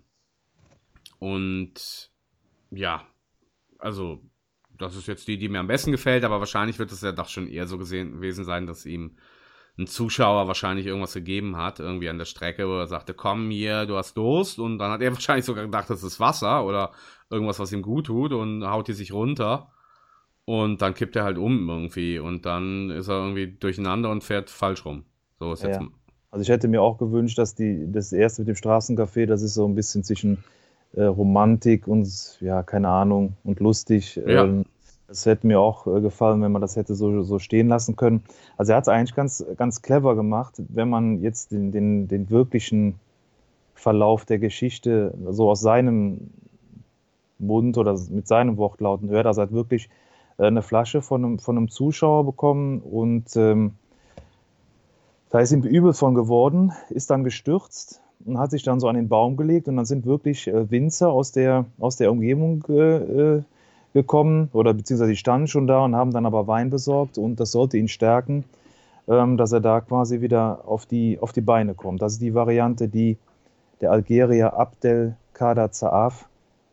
Und ja, also das ist jetzt die mir am besten gefällt, aber wahrscheinlich wird es ja doch schon eher so gewesen sein, dass ihm ein Zuschauer wahrscheinlich irgendwas gegeben hat, irgendwie an der Strecke, wo er sagte, komm hier, du hast Durst, und dann hat er wahrscheinlich sogar gedacht, das ist Wasser oder irgendwas, was ihm gut tut, und haut die sich runter und dann kippt er halt um irgendwie und dann ist er irgendwie durcheinander und fährt falsch rum. So ist jetzt. ja. Also ich hätte mir auch gewünscht, dass das erste mit dem Straßencafé, das ist so ein bisschen zwischen Romantik und, ja, keine Ahnung, und lustig. Ja. Das hätte mir auch gefallen, wenn man das hätte so stehen lassen können. Also er hat es eigentlich ganz, ganz clever gemacht, wenn man jetzt den wirklichen Verlauf der Geschichte so aus seinem Mund oder mit seinen Wortlauten hört. Also er hat wirklich eine Flasche von einem Zuschauer bekommen und da ist ihm übel von geworden, ist dann gestürzt und hat sich dann so an den Baum gelegt und dann sind wirklich Winzer aus der Umgebung gekommen oder beziehungsweise die standen schon da und haben dann aber Wein besorgt und das sollte ihn stärken, dass er da quasi wieder auf die Beine kommt. Das ist die Variante, die der Algerier Abdelkader Zaaf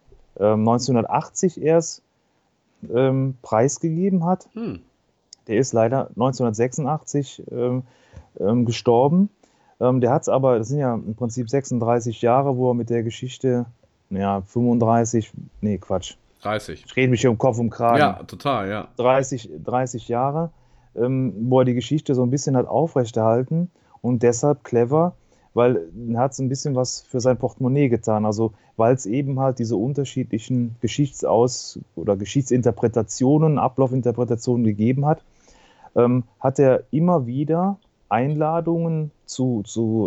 1980 erst preisgegeben hat. Der ist leider 1986 gestorben. Der hat es aber, das sind ja im Prinzip 36 Jahre, wo er mit der Geschichte, ja, 30. Ich rede mich hier um Kopf und Kragen. Ja, total, ja. 30 Jahre, wo er die Geschichte so ein bisschen hat aufrechterhalten und deshalb clever, weil er hat so ein bisschen was für sein Portemonnaie getan. Also weil es eben halt diese unterschiedlichen Geschichtsinterpretationen, Ablaufinterpretationen gegeben hat, hat er immer wieder Einladungen zu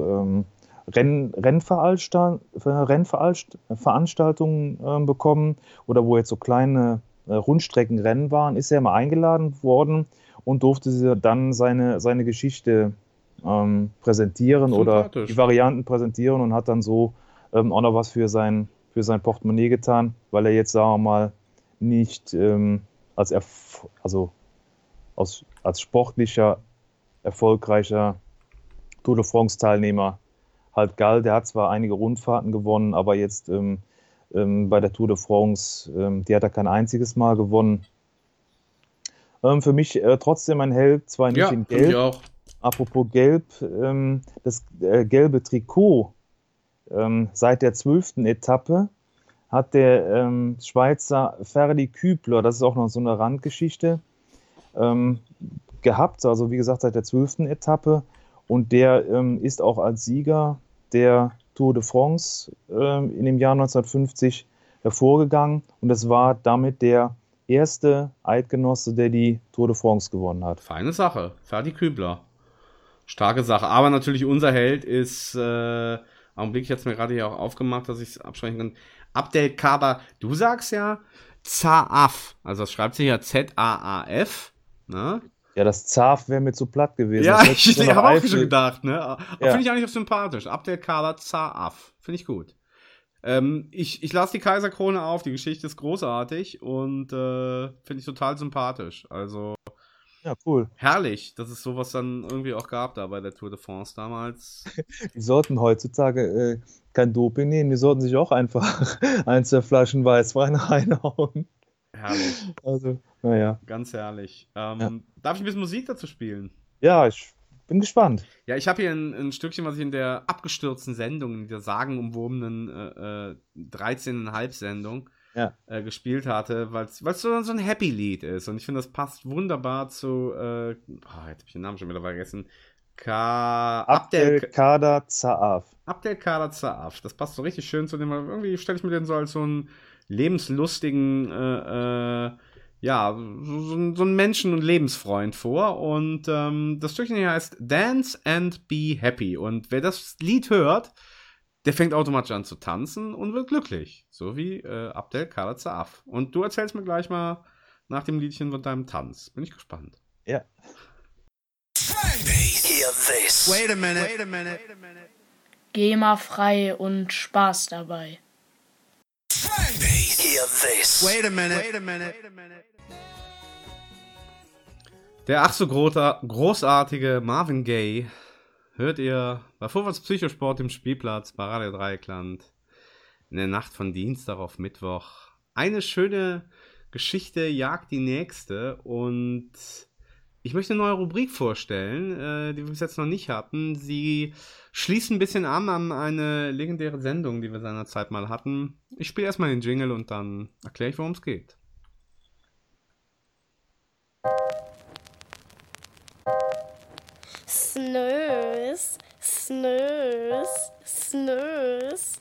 Rennveranstaltungen bekommen oder wo jetzt so kleine Rundstreckenrennen waren, ist er immer eingeladen worden und durfte dann seine Geschichte präsentieren oder Sympathisch. die Varianten präsentieren und hat dann so auch noch was für sein Portemonnaie getan, weil er jetzt, sagen wir mal, nicht als sportlicher, erfolgreicher Tour de France-Teilnehmer halt galt. Der hat zwar einige Rundfahrten gewonnen, aber jetzt bei der Tour de France, die hat er kein einziges Mal gewonnen. Für mich trotzdem ein Held, zwar nicht in finde ich Gelb. auch. Apropos Gelb, das gelbe Trikot seit der 12. Etappe hat der Schweizer Ferdi Kübler, das ist auch noch so eine Randgeschichte, gehabt, also wie gesagt seit der 12. Etappe, und der ist auch als Sieger der Tour de France in dem Jahr 1950 hervorgegangen, und das war damit der erste Eidgenosse, der die Tour de France gewonnen hat. Feine Sache. Ferdi Kübler. Starke Sache. Aber natürlich unser Held ist, Augenblick, ich habe es mir gerade hier auch aufgemacht, dass ich es absprechen kann. Abdelkader, du sagst ja Zaaf. Also das schreibt sich ja Z-A-A-F. Ne? Ja, das Zaf wäre mir zu platt gewesen. Ja, ich so habe auch Eifel. schon gedacht. Ne? Aber Ja. finde ich eigentlich auch sympathisch. Abdelkader Zaaf. Finde ich gut. Ich lasse die Kaiserkrone auf. Die Geschichte ist großartig und finde ich total sympathisch. Also Ja, cool. herrlich, dass es sowas dann irgendwie auch gab da bei der Tour de France damals. Die sollten heutzutage kein Doping nehmen, die sollten sich auch einfach 1, 2 Flaschen Weißwein reinhauen. Herrlich. Also, naja. Ganz herrlich. Darf ich ein bisschen Musik dazu spielen? Ja, ich bin gespannt. Ja, ich habe hier ein Stückchen, was ich in der abgestürzten Sendung, in der sagenumwobenen 13,5-Sendung gespielt hatte, weil es so ein Happy-Lied ist. Und ich finde, das passt wunderbar zu, jetzt habe ich den Namen schon wieder vergessen. Abdelkader Zaaf. Abdelkader Zaaf. Das passt so richtig schön zu dem, weil irgendwie stelle ich mir den so als so einen lebenslustigen, so einen Menschen- und Lebensfreund vor. Und das Stückchen hier heißt Dance and Be Happy. Und wer das Lied hört, der fängt automatisch an zu tanzen und wird glücklich. So wie Abdelkader Zaaf. Und du erzählst mir gleich mal nach dem Liedchen von deinem Tanz. Bin ich gespannt. Ja. Hear this. Wait a minute. GEMA-frei und Spaß dabei. Hear this. Wait a minute. Der ach so großartige Marvin Gaye hört ihr bei Vorwärts Psychosport im Spielplatz bei Radio Dreieckland in der Nacht von Dienstag auf Mittwoch. Eine schöne Geschichte jagt die nächste und ich möchte eine neue Rubrik vorstellen, die wir bis jetzt noch nicht hatten. Sie schließt ein bisschen an eine legendäre Sendung, die wir seinerzeit mal hatten. Ich spiele erstmal den Jingle und dann erkläre ich, worum es geht. Snooze, snooze, snooze.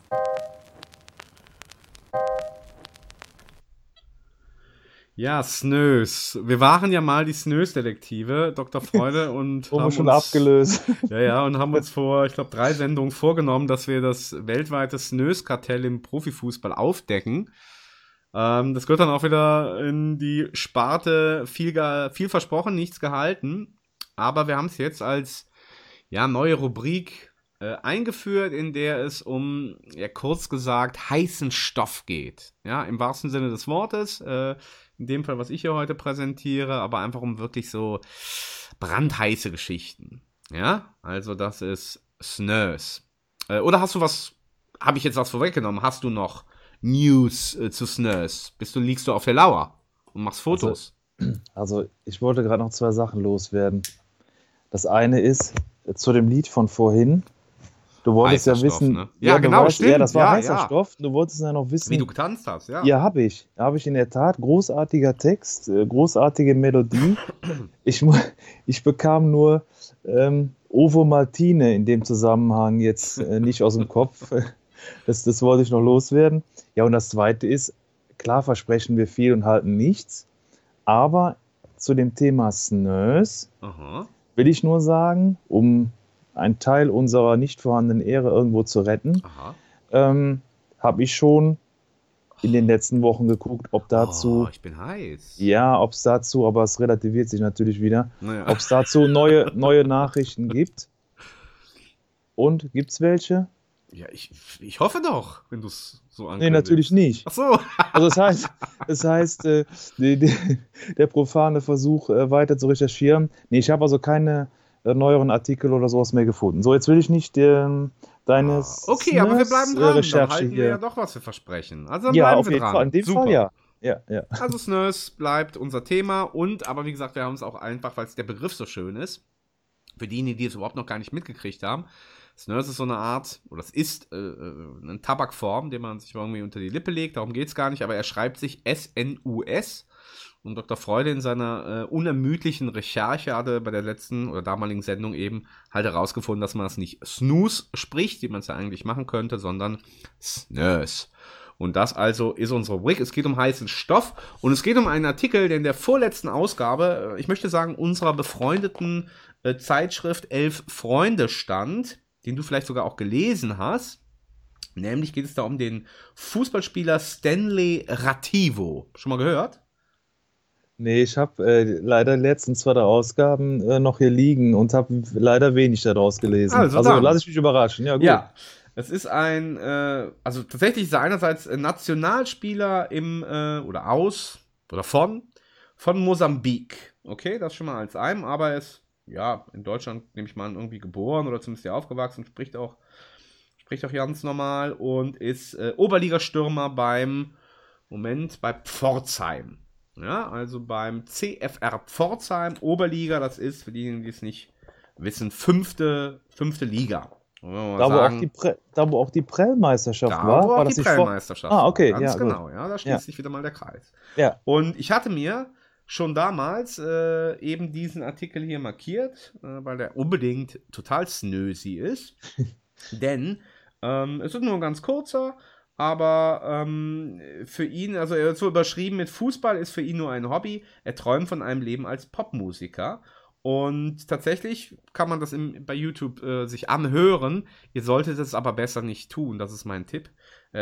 Ja, Snös. Wir waren ja mal die Snös-Detektive, Dr. Freude, und Haben wir haben schon uns abgelöst. Ja, und haben uns vor, ich glaube, 3 Sendungen vorgenommen, dass wir das weltweite Snös-Kartell im Profifußball aufdecken. Das gehört dann auch wieder in die Sparte viel versprochen, nichts gehalten. Aber wir haben es jetzt als neue Rubrik eingeführt, in der es um, kurz gesagt, heißen Stoff geht. Ja, im wahrsten Sinne des Wortes. In dem Fall, was ich hier heute präsentiere, aber einfach um wirklich so brandheiße Geschichten. Ja, also das ist Snös. Oder habe ich jetzt was vorweggenommen? Hast du noch News zu Snös? Liegst du auf der Lauer und machst Fotos? Also ich wollte gerade noch 2 Sachen loswerden. Das eine ist zu dem Lied von vorhin. Du wolltest heißer ja wissen. Stoff, ne? Ja, genau, stimmt. Ja, das war Ja, heißer ja. Stoff. Du wolltest ja noch wissen. Wie du getanzt hast, ja. Ja, habe ich. Habe ich in der Tat. Großartiger Text, großartige Melodie. Ich bekam nur Ovo Maltine in dem Zusammenhang jetzt nicht aus dem Kopf. Das wollte ich noch loswerden. Ja, und das Zweite ist, klar versprechen wir viel und halten nichts. Aber zu dem Thema Snös will ich nur sagen, um einen Teil unserer nicht vorhandenen Ehre irgendwo zu retten, habe ich schon in den letzten Wochen geguckt, ob dazu... ich bin heiß. Ja, ob es dazu, aber es relativiert sich natürlich wieder, Naja. ob es dazu neue Nachrichten gibt. Und gibt's welche? Ja, ich hoffe doch, wenn du es so ankündigst. Nee, natürlich nicht. Ach so. Also das heißt der profane Versuch, weiter zu recherchieren. Nee, ich habe also keine neueren Artikel oder sowas mehr gefunden. So, jetzt will ich nicht deine okay, aber wir bleiben dran. Recherche Dann halten wir hier. ja doch, was wir versprechen. Also dann Ja, bleiben auf wir jeden dran. Fall. In dem Super. Fall ja. Ja. Also Snurse bleibt unser Thema aber wie gesagt, wir haben es auch einfach, weil es der Begriff so schön ist, für diejenigen, die es überhaupt noch gar nicht mitgekriegt haben. Snurse ist so eine Art, oder es ist eine Tabakform, den man sich irgendwie unter die Lippe legt, darum geht es gar nicht, aber er schreibt sich S-N-U-S. Und Dr. Freude in seiner unermüdlichen Recherche hatte bei der letzten oder damaligen Sendung eben halt herausgefunden, dass man das nicht Snooze spricht, wie man es ja eigentlich machen könnte, sondern Snurse. Und das also ist unsere Rubrik. Es geht um heißen Stoff und es geht um einen Artikel, der in der vorletzten Ausgabe, ich möchte sagen, unserer befreundeten Zeitschrift 11 Freunde stand, den du vielleicht sogar auch gelesen hast. Nämlich geht es da um den Fußballspieler Stanley Rativo. Schon mal gehört? Nee, ich habe leider die letzten 2 Ausgaben noch hier liegen und habe leider wenig daraus gelesen. Also lasse ich mich überraschen. Ja, gut. Ja, es ist also tatsächlich ist er einerseits Nationalspieler von Mosambik. Okay, das schon mal als einem, aber er ist, ja, in Deutschland, nehme ich mal an, irgendwie geboren oder zumindest hier aufgewachsen, spricht auch ganz normal und ist Oberligastürmer bei Pforzheim. Ja, also beim CFR Pforzheim, Oberliga, das ist, für diejenigen, die es nicht wissen, fünfte Liga. Da, wo auch die Prellmeisterschaft war. Wo auch das die Prellmeisterschaft war. Okay, ganz ja, genau. gut. Ja, da schließt sich wieder mal der Kreis. Ja. Und ich hatte mir schon damals eben diesen Artikel hier markiert, weil der unbedingt total snösi ist. Denn es ist nur ein ganz kurzer, aber für ihn, also er wird so überschrieben mit Fußball ist für ihn nur ein Hobby. Er träumt von einem Leben als Popmusiker. Und tatsächlich kann man das bei YouTube sich anhören. Ihr solltet es aber besser nicht tun, das ist mein Tipp.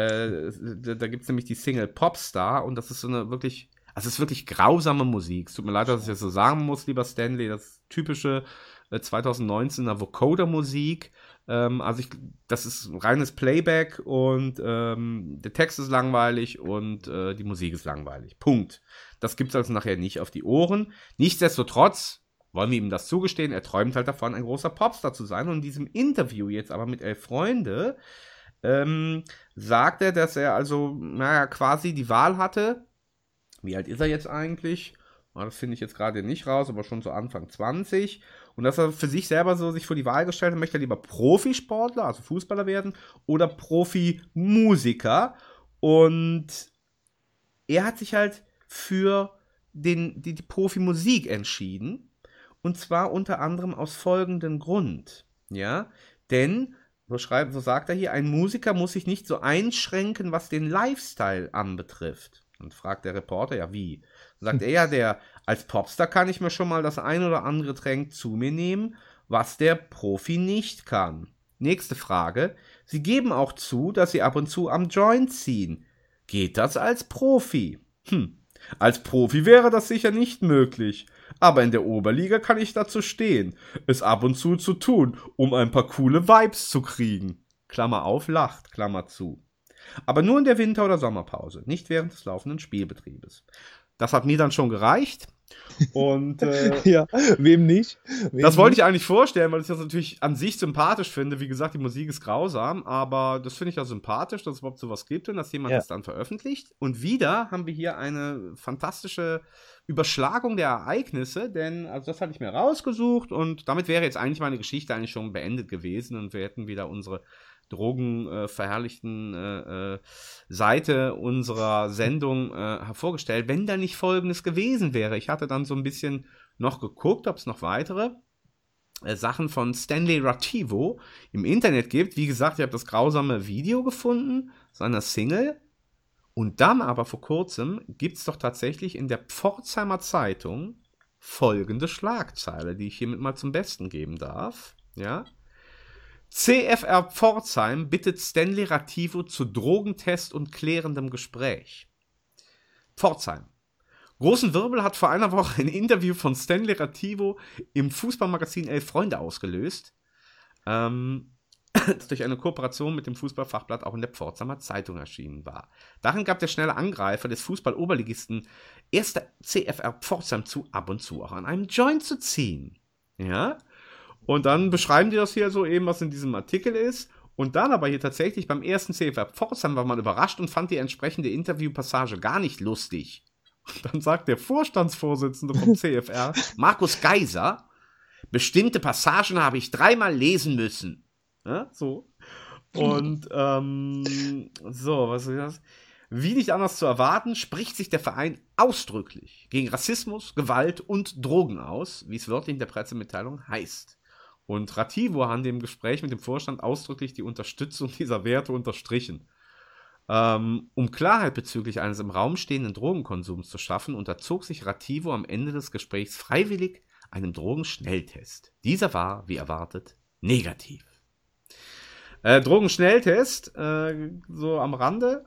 Da gibt es nämlich die Single Popstar und das ist so eine wirklich, also es ist wirklich grausame Musik. Es tut mir leid, dass ich das so sagen muss, lieber Stanley, das typische 2019er Vocoder-Musik. Das ist reines Playback und der Text ist langweilig und die Musik ist langweilig. Punkt. Das gibt es also nachher nicht auf die Ohren. Nichtsdestotrotz wollen wir ihm das zugestehen, er träumt halt davon, ein großer Popstar zu sein. Und in diesem Interview jetzt aber mit 11 Freunde sagt er, dass er also quasi die Wahl hatte. Wie alt ist er jetzt eigentlich? Das finde ich jetzt gerade nicht raus, aber schon so Anfang 20. Und dass er für sich selber so sich vor die Wahl gestellt hat, möchte er lieber Profisportler, also Fußballer werden, oder Profimusiker. Und er hat sich halt für die Profimusik entschieden. Und zwar unter anderem aus folgendem Grund. Ja, denn, so sagt er hier, ein Musiker muss sich nicht so einschränken, was den Lifestyle anbetrifft. Und fragt der Reporter, ja wie? Sagt er, ja, als Popstar kann ich mir schon mal das ein oder andere Getränk zu mir nehmen, was der Profi nicht kann. Nächste Frage. Sie geben auch zu, dass Sie ab und zu am Joint ziehen. Geht das als Profi? Als Profi wäre das sicher nicht möglich. Aber in der Oberliga kann ich dazu stehen, es ab und zu tun, um ein paar coole Vibes zu kriegen. Klammer auf, lacht, Klammer zu. Aber nur in der Winter- oder Sommerpause, nicht während des laufenden Spielbetriebes. Das hat mir dann schon gereicht. Und ja, wem nicht? Das wollte ich eigentlich vorstellen, weil ich das natürlich an sich sympathisch finde. Wie gesagt, die Musik ist grausam, aber das finde ich ja sympathisch, dass es überhaupt sowas gibt und dass jemand das dann veröffentlicht. Und wieder haben wir hier eine fantastische Überschlagung der Ereignisse, denn also das hatte ich mir rausgesucht und damit wäre jetzt eigentlich meine Geschichte eigentlich schon beendet gewesen und wir hätten wieder unsere drogenverherrlichten Seite unserer Sendung hervorgestellt, wenn da nicht Folgendes gewesen wäre. Ich hatte dann so ein bisschen noch geguckt, ob es noch weitere Sachen von Stanley Rativo im Internet gibt. Wie gesagt, ich habe das grausame Video gefunden, seiner Single. Und dann aber vor kurzem gibt es doch tatsächlich in der Pforzheimer Zeitung folgende Schlagzeile, die ich hiermit mal zum Besten geben darf. Ja. CFR Pforzheim bittet Stanley Rativo zu Drogentest und klärendem Gespräch. Pforzheim. Großen Wirbel hat vor einer Woche ein Interview von Stanley Rativo im Fußballmagazin 11 Freunde ausgelöst. das durch eine Kooperation mit dem Fußballfachblatt auch in der Pforzheimer Zeitung erschienen war. Darin gab der schnelle Angreifer des Fußball-Oberligisten 1. CFR Pforzheim zu, ab und zu auch an einem Joint zu ziehen. Ja? Und dann beschreiben die das hier so eben, was in diesem Artikel ist. Und dann aber hier tatsächlich beim 1. CFR Pforzheim war man überrascht und fand die entsprechende Interviewpassage gar nicht lustig. Und dann sagt der Vorstandsvorsitzende vom CFR, Markus Geiser, bestimmte Passagen habe ich 3-mal lesen müssen. Ja, so. Und, was ist das? Wie nicht anders zu erwarten, spricht sich der Verein ausdrücklich gegen Rassismus, Gewalt und Drogen aus, wie es wörtlich in der Pressemitteilung heißt. Und Rativo hat in dem Gespräch mit dem Vorstand ausdrücklich die Unterstützung dieser Werte unterstrichen. Um Klarheit bezüglich eines im Raum stehenden Drogenkonsums zu schaffen, unterzog sich Rativo am Ende des Gesprächs freiwillig einem Drogenschnelltest. Dieser war, wie erwartet, negativ. Drogenschnelltest, so am Rande.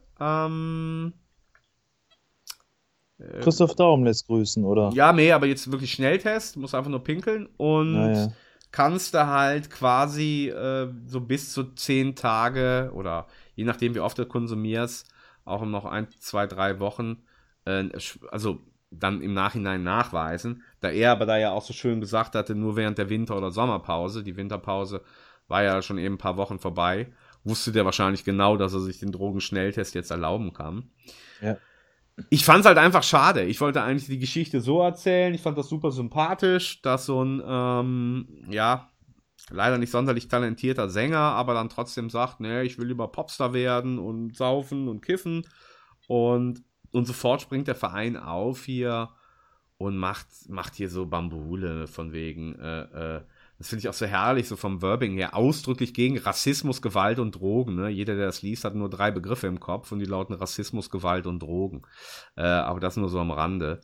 Christoph Daum lässt grüßen, oder? Ja, nee, aber jetzt wirklich Schnelltest, musst einfach nur pinkeln und kannst du halt quasi so bis zu 10 Tage oder je nachdem, wie oft du konsumierst, auch noch 1, 2, 3 Wochen, also dann im Nachhinein nachweisen. Da er aber da ja auch so schön gesagt hatte, nur während der Winter- oder Sommerpause, die Winterpause war ja schon eben ein paar Wochen vorbei, wusste der wahrscheinlich genau, dass er sich den Drogenschnelltest jetzt erlauben kann. Ja. Ich fand es halt einfach schade. Ich wollte eigentlich die Geschichte so erzählen. Ich fand das super sympathisch, dass so ein, leider nicht sonderlich talentierter Sänger, aber dann trotzdem sagt, ne, ich will lieber Popstar werden und saufen und kiffen. Und sofort springt der Verein auf hier und macht hier so Bambule von wegen, das finde ich auch so herrlich, so vom Wording her, ausdrücklich gegen Rassismus, Gewalt und Drogen. Ne? Jeder, der das liest, hat nur 3 Begriffe im Kopf und die lauten Rassismus, Gewalt und Drogen. Aber das nur so am Rande.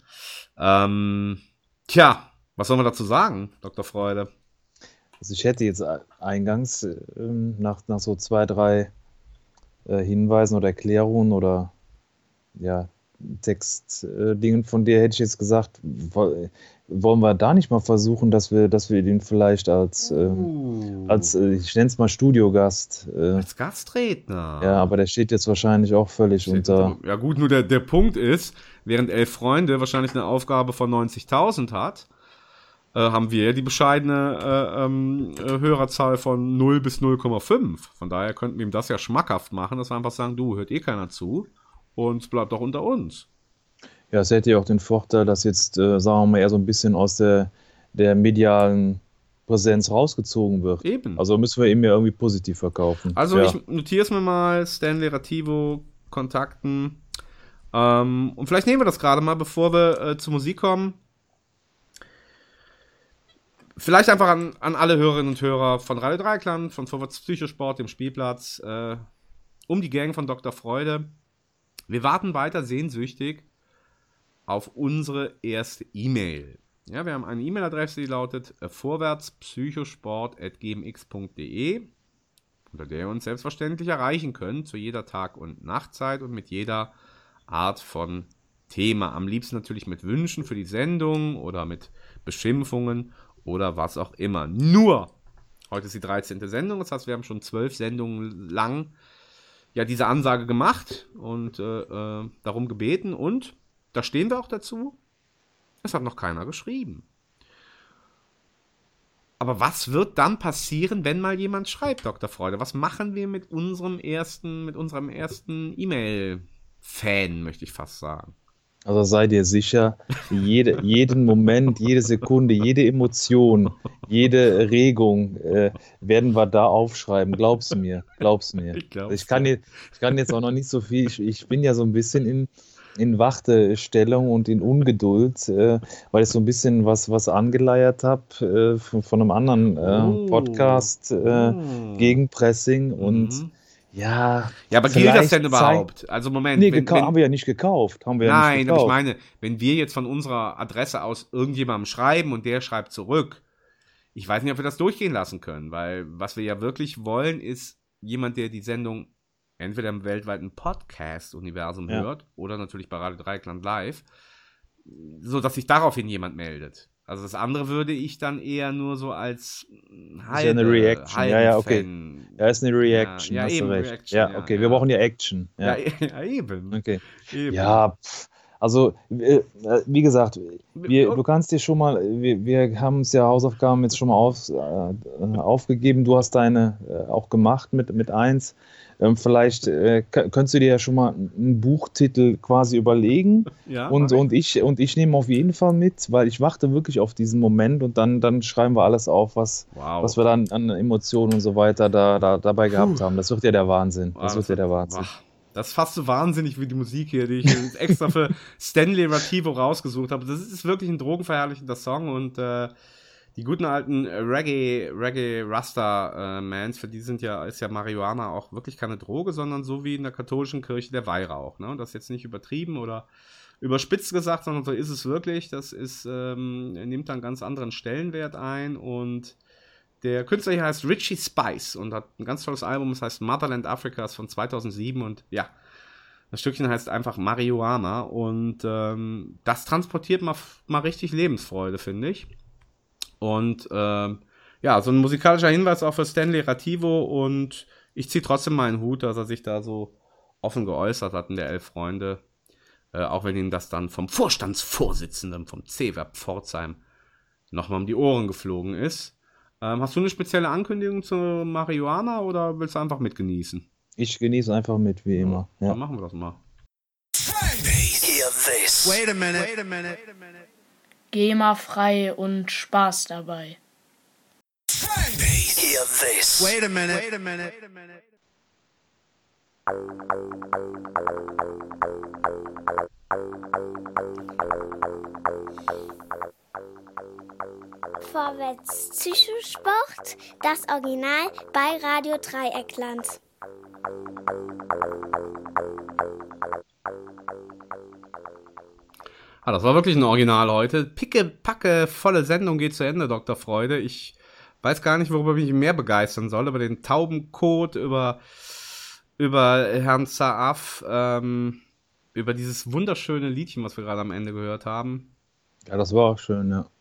Was soll man dazu sagen, Dr. Freude? Also ich hätte jetzt eingangs nach so 2, 3 Hinweisen oder Erklärungen oder Textdingen von dir hätte ich jetzt gesagt, wollen wir da nicht mal versuchen, dass wir den vielleicht als ich nenne es mal Studiogast. Als Gastredner. Ja, aber der steht jetzt wahrscheinlich auch völlig unter. Ja gut, nur der Punkt ist, während 11 Freunde wahrscheinlich eine Aufgabe von 90.000 hat, haben wir die bescheidene Hörerzahl von 0 bis 0,5. Von daher könnten wir ihm das ja schmackhaft machen, dass wir einfach sagen, du, hört eh keiner zu und es bleibt doch unter uns. Ja, es hätte ja auch den Vorteil, dass jetzt, sagen wir mal, eher so ein bisschen aus der medialen Präsenz rausgezogen wird. Eben. Also müssen wir ihm ja irgendwie positiv verkaufen. Also ich notiere es mir mal, Stanley Rativo kontakten. Und vielleicht nehmen wir das gerade mal, bevor wir zur Musik kommen. Vielleicht einfach an alle Hörerinnen und Hörer von Radio Dreieckland, von Vorwärts Psychosport, dem Spielplatz, um die Gang von Dr. Freude. Wir warten weiter sehnsüchtig auf unsere erste E-Mail. Ja, wir haben eine E-Mail-Adresse, die lautet vorwärtspsychosport@gmx.de, unter der ihr uns selbstverständlich erreichen könnt, zu jeder Tag- und Nachtzeit und mit jeder Art von Thema. Am liebsten natürlich mit Wünschen für die Sendung oder mit Beschimpfungen oder was auch immer. Nur, heute ist die 13. Sendung, das heißt, wir haben schon 12 Sendungen lang diese Ansage gemacht und darum gebeten und da stehen wir auch dazu. Es hat noch keiner geschrieben. Aber was wird dann passieren, wenn mal jemand schreibt, Dr. Freude? Was machen wir mit unserem ersten E-Mail-Fan, möchte ich fast sagen? Also sei dir sicher, jeden Moment, jede Sekunde, jede Emotion, jede Regung werden wir da aufschreiben. Glaub's mir. Ich kann jetzt auch noch nicht so viel. Ich bin ja so ein bisschen in Wartestellung und in Ungeduld, weil ich so ein bisschen was angeleiert habe von einem anderen Podcast gegen Pressing und ja, aber gilt das denn überhaupt? Also Moment. Nee, haben wir ja nicht gekauft. Nein, aber ich meine, wenn wir jetzt von unserer Adresse aus irgendjemandem schreiben und der schreibt zurück, ich weiß nicht, ob wir das durchgehen lassen können, weil was wir ja wirklich wollen, ist jemand, der die Sendung entweder im weltweiten Podcast-Universum hört oder natürlich bei Radio Dreieckland live, so dass sich daraufhin jemand meldet. Also das andere würde ich dann eher nur so als Ist ja eine Reaction. Ja, okay. Ja, ist eine Reaction, Ja, hast eben du recht. Reaction, Ja, okay, wir brauchen ja Action. Ja, eben. Okay. Eben. Ja, also, wie gesagt, du kannst dir schon mal, wir haben uns ja Hausaufgaben jetzt schon mal aufgegeben. Du hast deine auch gemacht mit 1. Vielleicht könntest du dir ja schon mal einen Buchtitel quasi überlegen. Ja, und ich nehme auf jeden Fall mit, weil ich warte wirklich auf diesen Moment und dann schreiben wir alles auf, was wir dann an Emotionen und so weiter dabei gehabt haben. Das wird ja der Wahnsinn. Das wird ja der Wahnsinn. Das ist fast so wahnsinnig wie die Musik hier, die ich extra für Stanley Rativo rausgesucht habe. Das ist wirklich ein drogenverherrlichender Song und die guten alten Reggae-Rasta-Mans, für die ist ja Marihuana auch wirklich keine Droge, sondern so wie in der katholischen Kirche der Weihrauch. Ne? Und das ist jetzt nicht übertrieben oder überspitzt gesagt, sondern so ist es wirklich. Das ist, nimmt einen ganz anderen Stellenwert ein und der Künstler hier heißt Richie Spice und hat ein ganz tolles Album, das heißt Motherland Africa, ist von 2007 und ja, das Stückchen heißt einfach Marihuana und das transportiert mal richtig Lebensfreude, finde ich. Und ja, so ein musikalischer Hinweis auch für Stanley Rativo und ich ziehe trotzdem meinen Hut, dass er sich da so offen geäußert hat in der 11 Freunde, auch wenn ihm das dann vom Vorstandsvorsitzenden vom CWEP Pforzheim nochmal um die Ohren geflogen ist. Hast du eine spezielle Ankündigung zu Marihuana oder willst du einfach mitgenießen? Ich genieße einfach mit, wie immer. Ja. Dann machen wir das mal. Hear this. Wait a minute. GEMA-frei und Spaß dabei. Hear this. Wait a minute. Vorwärts Psychosport, das Original bei Radio Dreieckland. Das war wirklich ein Original heute. Picke, volle Sendung geht zu Ende, Dr. Freude. Ich weiß gar nicht, worüber ich mich mehr begeistern soll. Über den Taubenkot, über Herrn Saaf, über dieses wunderschöne Liedchen, was wir gerade am Ende gehört haben. Ja, das war auch schön, ja.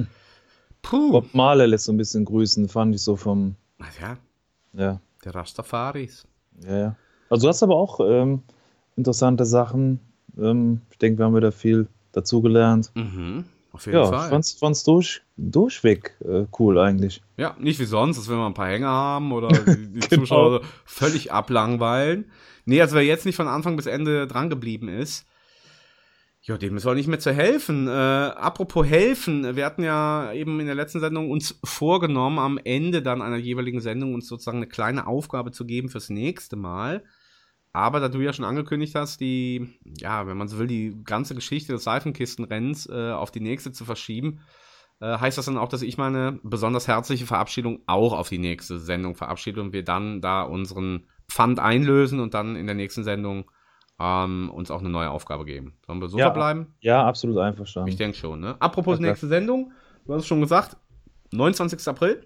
Bob Marley lässt so ein bisschen grüßen, fand ich so vom... Ja. Der Rastafaris. Ja. Also du hast aber auch interessante Sachen. Ich denke, wir haben wieder viel dazugelernt. Auf jeden Fall. Ich fand's durchweg cool eigentlich. Ja, nicht wie sonst, dass wir mal ein paar Hänger haben oder die Zuschauer völlig ablangweilen. Nee, also wer jetzt nicht von Anfang bis Ende dran geblieben ist, ja, dem ist auch nicht mehr zu helfen. Apropos helfen, wir hatten ja eben in der letzten Sendung uns vorgenommen, am Ende dann einer jeweiligen Sendung uns sozusagen eine kleine Aufgabe zu geben fürs nächste Mal. Aber da du ja schon angekündigt hast, wenn man so will, die ganze Geschichte des Seifenkistenrennens auf die nächste zu verschieben, heißt das dann auch, dass ich meine besonders herzliche Verabschiedung auch auf die nächste Sendung verabschiede und wir dann da unseren Pfand einlösen und dann in der nächsten Sendung uns auch eine neue Aufgabe geben. Sollen wir so verbleiben? Ja, absolut einverstanden. Ich denke schon, ne? Apropos nächste Sendung, du hast es schon gesagt, 29. April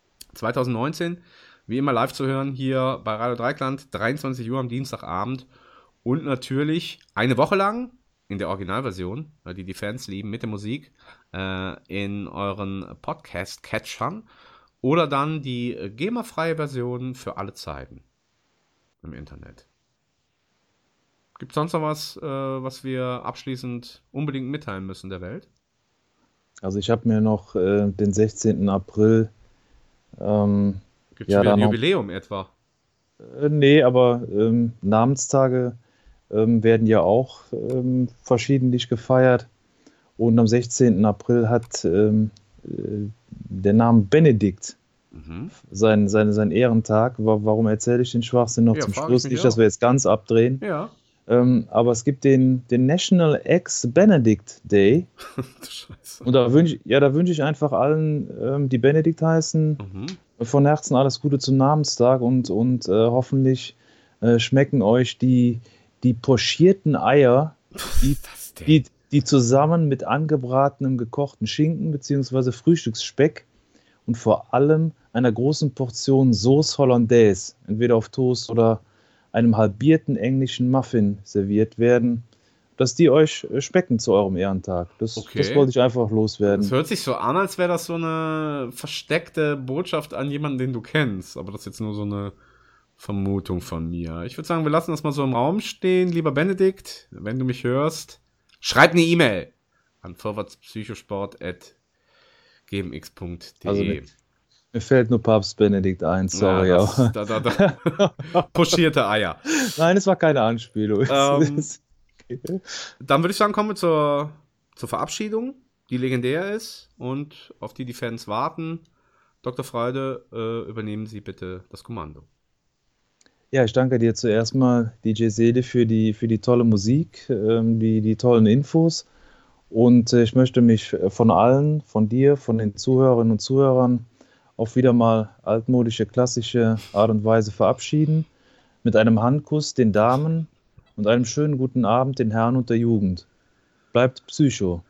2019, wie immer live zu hören hier bei Radio Dreieckland, 23 Uhr am Dienstagabend und natürlich eine Woche lang in der Originalversion, die Fans lieben, mit der Musik in euren Podcast-Catchern oder dann die GEMA-freie Version für alle Zeiten im Internet. Gibt es sonst noch was, was wir abschließend unbedingt mitteilen müssen der Welt? Also ich habe mir noch den 16. April Gibt es wieder ein Jubiläum etwa? Nee, aber Namenstage werden ja auch verschiedentlich gefeiert. Und am 16. April hat der Name Benedikt sein Ehrentag. Warum erzähle ich den Schwachsinn noch zum Schluss? Nicht, dass wir jetzt ganz abdrehen. Ja. Aber es gibt den National Ex-Benedict Day. Scheiße. Und da wünsche ich einfach allen, die Benedikt heißen, von Herzen alles Gute zum Namenstag und hoffentlich schmecken euch die pochierten Eier, die zusammen mit angebratenem gekochten Schinken bzw. Frühstücksspeck und vor allem einer großen Portion Sauce Hollandaise, entweder auf Toast oder einem halbierten englischen Muffin serviert werden. dass die euch schmecken zu eurem Ehrentag. Das wollte ich einfach loswerden. Das hört sich so an, als wäre das so eine versteckte Botschaft an jemanden, den du kennst. Aber das ist jetzt nur so eine Vermutung von mir. Ich würde sagen, wir lassen das mal so im Raum stehen. Lieber Benedikt, wenn du mich hörst, schreib eine E-Mail an vorwärtspsychosport@gmx.de. Also mir fällt nur Papst Benedikt ein, sorry. Ja, Puschierte Eier. Nein, es war keine Anspielung. Dann würde ich sagen, kommen wir zur Verabschiedung, die legendär ist und auf die Fans warten. Dr. Freude, übernehmen Sie bitte das Kommando. Ja, ich danke dir zuerst mal, DJ Seele, für die tolle Musik, die tollen Infos. Und ich möchte mich von allen, von dir, von den Zuhörerinnen und Zuhörern auf wieder mal altmodische, klassische Art und Weise verabschieden. Mit einem Handkuss den Damen und einem schönen guten Abend den Herren und der Jugend. Bleibt Psycho.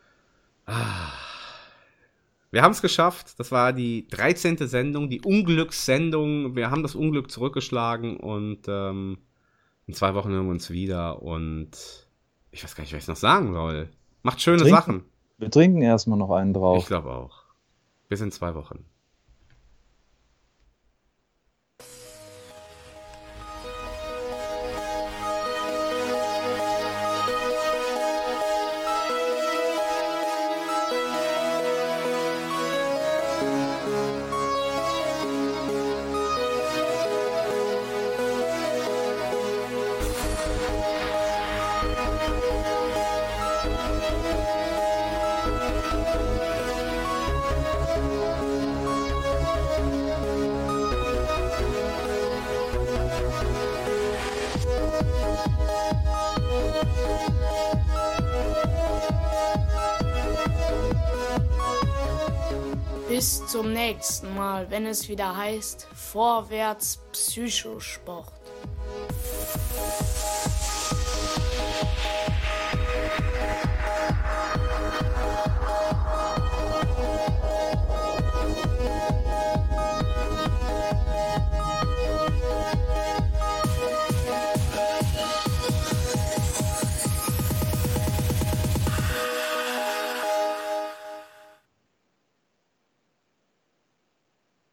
Wir haben es geschafft. Das war die 13. Sendung, die Unglückssendung. Wir haben das Unglück zurückgeschlagen und in 2 Wochen hören wir uns wieder. Und ich weiß gar nicht, was ich noch sagen soll. Macht schöne Sachen. Wir trinken erstmal noch einen drauf. Ich glaube auch. Bis in 2 Wochen. Bis zum nächsten Mal, wenn es wieder heißt Vorwärts Psychosport.